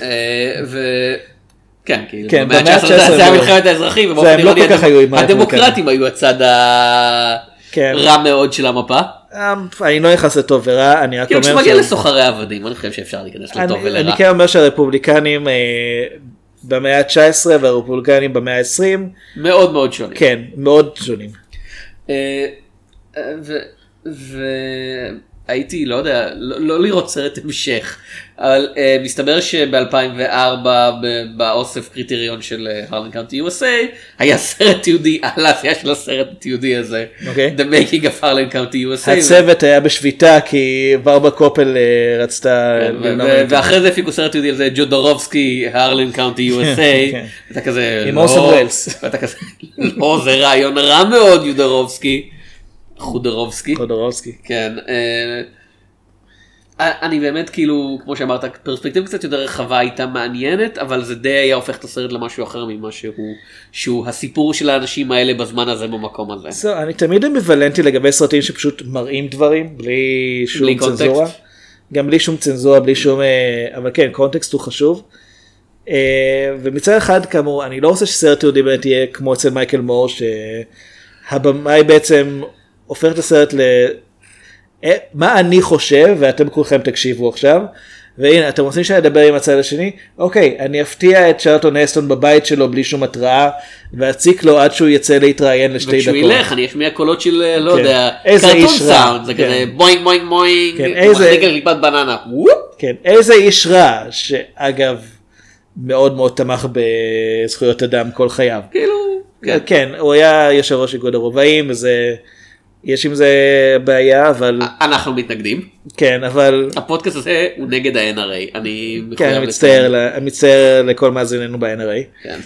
כן, כאילו, במאה ה-19 זה היה מלחמת האזרחים, הדמוקרטים היו הצד הרע מאוד של המפה. אני לא נכנס לטוב ורע, אני רק אומר... כאילו כשמגיע לסוחרי עבדים, אני חושב שאפשר להיכנס לטוב ולרע. אני כן אומר שהרפובליקנים במאה ה-19 והרפובליקנים במאה ה-20... מאוד מאוד שונים. כן, מאוד שונים. הייתי, לא יודע, לא לראות סרט המשך, אבל מסתבר שב-2004 באוסף קריטריון של הרלן קאונטי USA היה סרט תיעודי על העשייה של הסרט התיעודי הזה, The Making of Harlan County USA. הצוות היה בשביתה כי ברבה קופל רצתה... ואחרי זה הפיקו סרט תיעודי על זה ג'ודורובסקי, הרלן קאונטי USA, אתה כזה... עם אורסון ווילס. ואתה כזה, לא, זה רעיון רע מאוד ג'ודורובסקי. חודרובסקי. כן. אני באמת כאילו, כמו שאמרת, פרספקטיבה קצת יותר רחבה הייתה מעניינת, אבל זה די היה הופך את הסרט למשהו אחר ממה שהוא הסיפור של האנשים האלה בזמן הזה במקום הזה. אני תמיד אמביוולנטי לגבי סרטים שפשוט מראים דברים, בלי שום צנזורה. גם בלי שום צנזורה, בלי שום... אבל כן, קונטקסט הוא חשוב. ומצד אחד, כאמור, אני לא רוצה שסרט תיעודי באמת יהיה כמו אצל מייקל מור, שהבמאי בעצם... הופך את הסרט מה אני חושב, ואתם כולכם תקשיבו עכשיו, והנה, אתם רוצים שאני אדבר עם הצד השני? אוקיי, אני אפתיע את צ'רלטון הסטון בבית שלו בלי שום התראה, ואציק לו עד שהוא יצא להתראיין לשתי דקות. וכשהוא ילך, אני אשמיע קולות של, לא יודע, קרטון סאונד, זה כזה בוינג בוינג בוינג, מחזיק על קליפת בננה. כן, איזה איש רע, שאגב, מאוד מאוד תמך בזכויות אדם כל חייו. כאילו, כן, הוא היה יושב ראש איגוד הרובעים, וזה... יש עם זה בעיה, אבל... אנחנו מתנגדים. כן, אבל... הפודקאסט הזה הוא נגד ה-NRA. אני מצטער לכל מאזיננו ב-NRA. כן.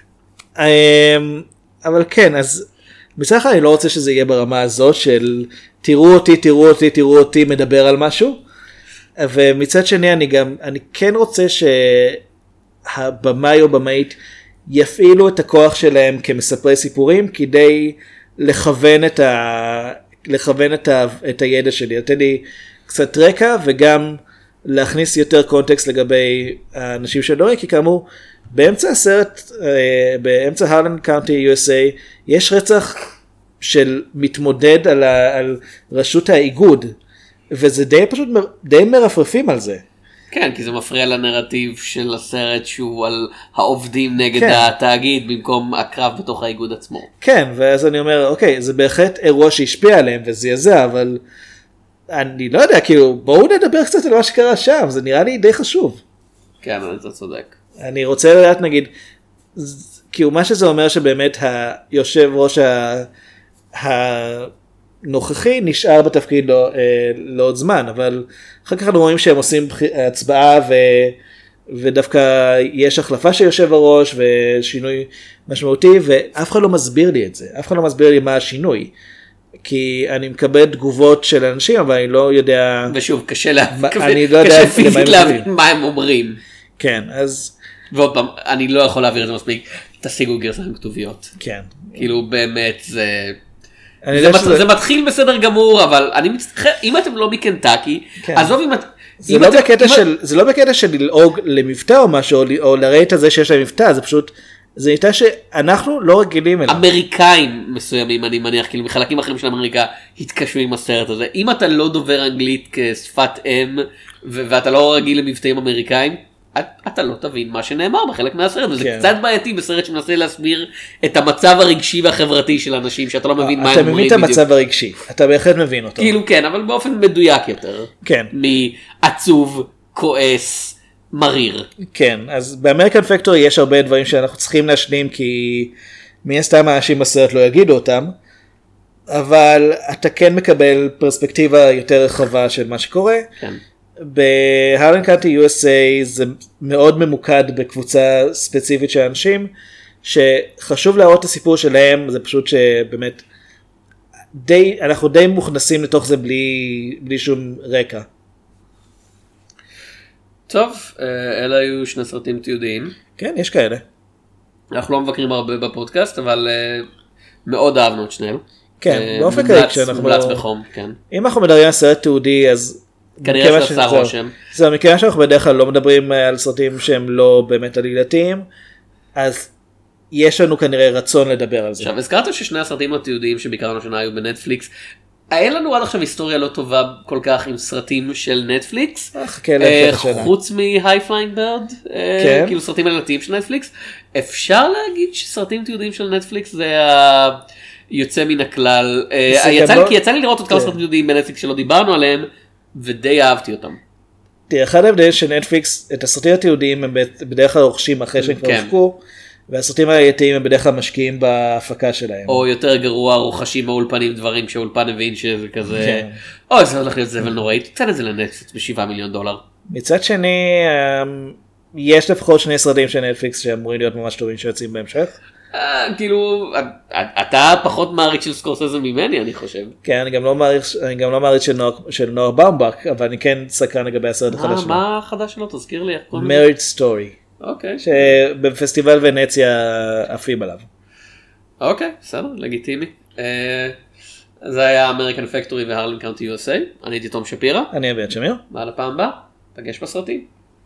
אבל כן, אז מצד אחד אני לא רוצה שזה יהיה ברמה הזו של תראו אותי מדבר על משהו, ומצד שני אני כן רוצה שהבמאי או במאית יפעילו את הכוח שלהם כמספרי סיפורים, כדי... לכוון את הידע שלי, לתת לי קצת רקע וגם להכניס יותר קונטקסט לגבי האנשים של דורי, כי כאמור באמצע הסרט, באמצע הרלן קאונטי USA יש רצח של מתמודד על ראשות האיגוד, וזה די מרפרפים על זה. כן, כי זה מפריע לנרטיב של הסרט שהוא על העובדים נגד התאגיד במקום הקרב בתוך האיגוד עצמו. כן, ואז אני אומר, אוקיי, זה בהחלט אירוע שהשפיע עליהם וזעזע, אבל אני לא יודע, כאילו, בואו נדבר קצת על מה שקרה שם, זה נראה לי די חשוב. כן, אתה צודק. אני רוצה לדעת, נגיד, כאילו מה שזה אומר שבאמת היושב ראש הנוכחי נשאר בתפקיד לא עוד זמן, אבל אחר כך אנחנו רואים שהם עושים הצבעה ודווקא יש החלפה של יושב הראש ושינוי משמעותי, ואף אחד לא מסביר לי את זה, אף אחד לא מסביר לי מה השינוי, כי אני מקבל תגובות של אנשים, אבל אני לא יודע... ושוב, קשה פיזית להבין מה הם אומרים. כן, אז... ועוד פעם, אני לא יכול להעביר את זה מספיק, תשיגו גרסאות כתוביות. כן. כאילו באמת זה מתחיל בסדר גמור, אבל אני מצטער, אם אתם לא מקנטקי, עזוב אם את... זה לא בקטע של ללעוג למבטא או משהו, או לראות את זה שיש להם מבטא, זה פשוט, זה נהייתה שאנחנו לא רגילים אליו. אמריקאים מסוימים, אני מניח, כאילו מחלקים אחרים של אמריקה התקשו עם הסרט הזה. אם אתה לא דובר אנגלית כשפת אם, ואתה לא רגיל למבטאים אמריקאים, אתה לא תבין מה שנאמר בחלק מהסרט, וזה קצת בעייתי בסרט שמנסה להסביר את המצב הרגשי והחברתי של אנשים, שאתה לא מבין מה הם אומרים בדיוק. אתה מבין את המצב הרגשי, אתה בהחלט מבין אותו. כאילו כן, אבל באופן מדויק יותר. כן. מעצוב, כועס, מריר. כן, אז באמריקן פקטורי יש הרבה דברים שאנחנו צריכים להשלים, כי מי הסתם האנשים בסרט לא יגידו אותם, אבל אתה כן מקבל פרספקטיבה יותר רחבה של מה שקורה. כן. בהרלן קאנטי USA זה מאוד ממוקד בקבוצה ספציפית של אנשים, שחשוב להראות את הסיפור שלהם, זה פשוט שבאמת, אנחנו די מוכנסים לתוך זה בלי שום רקע. טוב, אלה היו שני סרטים תיעודיים. כן, יש כאלה. אנחנו לא מבקרים הרבה בפודקאסט, אבל מאוד אהבנו את שניהם. כן, באופן כללי כשאנחנו... מומלץ בחום, כן. אם אנחנו מדברים על סרט תיעודי, אז... כנראה שעשה רושם. זהו, מכיוון שאנחנו בדרך כלל לא מדברים על סרטים שהם לא באמת עלילתיים, אז יש לנו כנראה רצון לדבר על זה. עכשיו, הזכרת ששני הסרטים התיעודיים שביקרנו השנה היו בנטפליקס, היה לנו עד עכשיו היסטוריה לא טובה כל כך עם סרטים של נטפליקס, חוץ מ-High Flying Bird, כאילו סרטים עלילתיים של נטפליקס. אפשר להגיד שסרטים תיעודיים של נטפליקס זה יוצא מן הכלל, כי יצא לי לראות עוד כמה סרטים תיעודיים בנטפליקס שלא דיברנו עליהם, ודי אהבתי אותם. תראה, אחד ההבדלים של נטפליקס, את הסרטים התיעודיים הם בדרך כלל רוכשים אחרי שהם כבר הופקו, והסרטים העלילתיים הם בדרך כלל משקיעים בהפקה שלהם. או יותר גרוע, רוכשים באולפנים דברים שהאולפן הבין שזה כזה, אוי, זה הולך להיות זבל נוראי, תצא את זה לנטפליקס ב$7 מיליון. מצד שני, יש לפחות שני סרטים של נטפליקס שאמורים להיות ממש טובים שיוצאים בהמשך. כאילו, אתה פחות מעריך של סקורסזה ממני, אני חושב. כן, אני גם לא מעריך של נוער באומבק, אבל אני כן סקרן לגבי הסרט החדש שלו. מה החדש שלו? תזכיר לי. Marriage Story. אוקיי. שבפסטיבל ונציה עפים עליו. אוקיי, בסדר, לגיטימי. זה היה אמריקן פקטורי והרלן קאונטי USA. אני הייתי תום שפירא. אני אביעד שמיר. ועד הפעם הבאה, פגש בסרטים.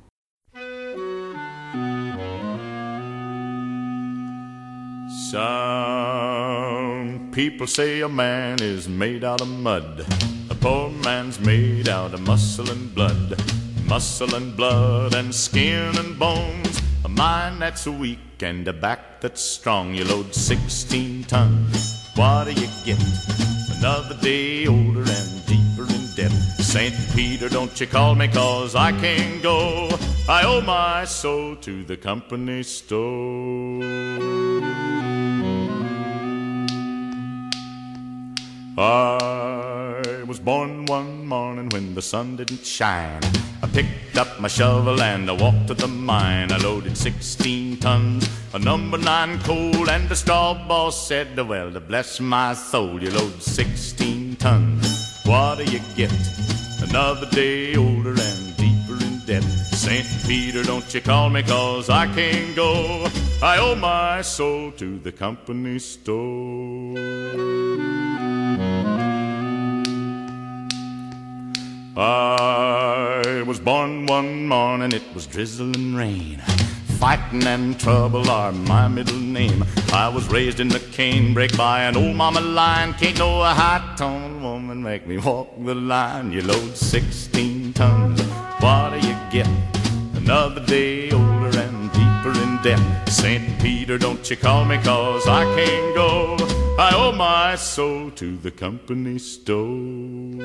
Some people say a man is made out of mud. A poor man's made out of muscle and blood. Muscle and blood and skin and bones. A mind that's weak and a back that's strong. You load 16 tons. What do you get? Another day older and deeper in debt. St. Peter, don't you call me 'cause I can't go. I owe my soul to the company store. I was born one morning when the sun didn't shine. I picked up my shovel and I walked to the mine. I loaded 16 tons of number 9 coal, and the straw boss said, well, to bless my soul, you load 16 tons. What do you get? Another day older and deeper in debt. St. Peter, don't you call me 'cause I can't go. I owe my soul to the company store. I was born one morning, it was drizzling rain. Fighting and trouble are my middle name. I was raised in the canebrake by an old mama lion. Can't no high-toned woman make me walk the line. You load 16 tons, what do you get? Another day older and deeper in debt. St. Peter, don't you call me 'cause I can't go. I owe my soul to the company store.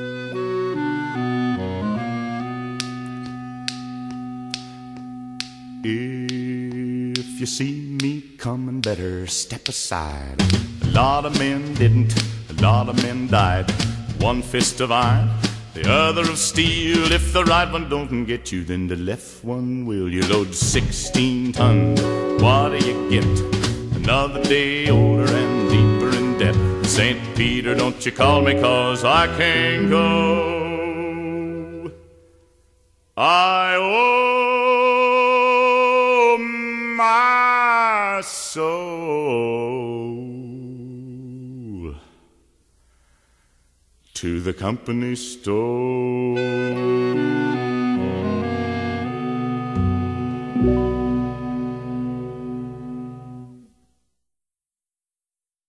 If you see me coming, better step aside. A lot of men didn't, a lot of men died. One fist of iron, the other of steel. If the right one don't get you, then the left one will. You load 16 tons, what do you get? Another day older and deeper in debt. St. Peter, don't you call me 'cause I can't go. I owe my soul to the company store.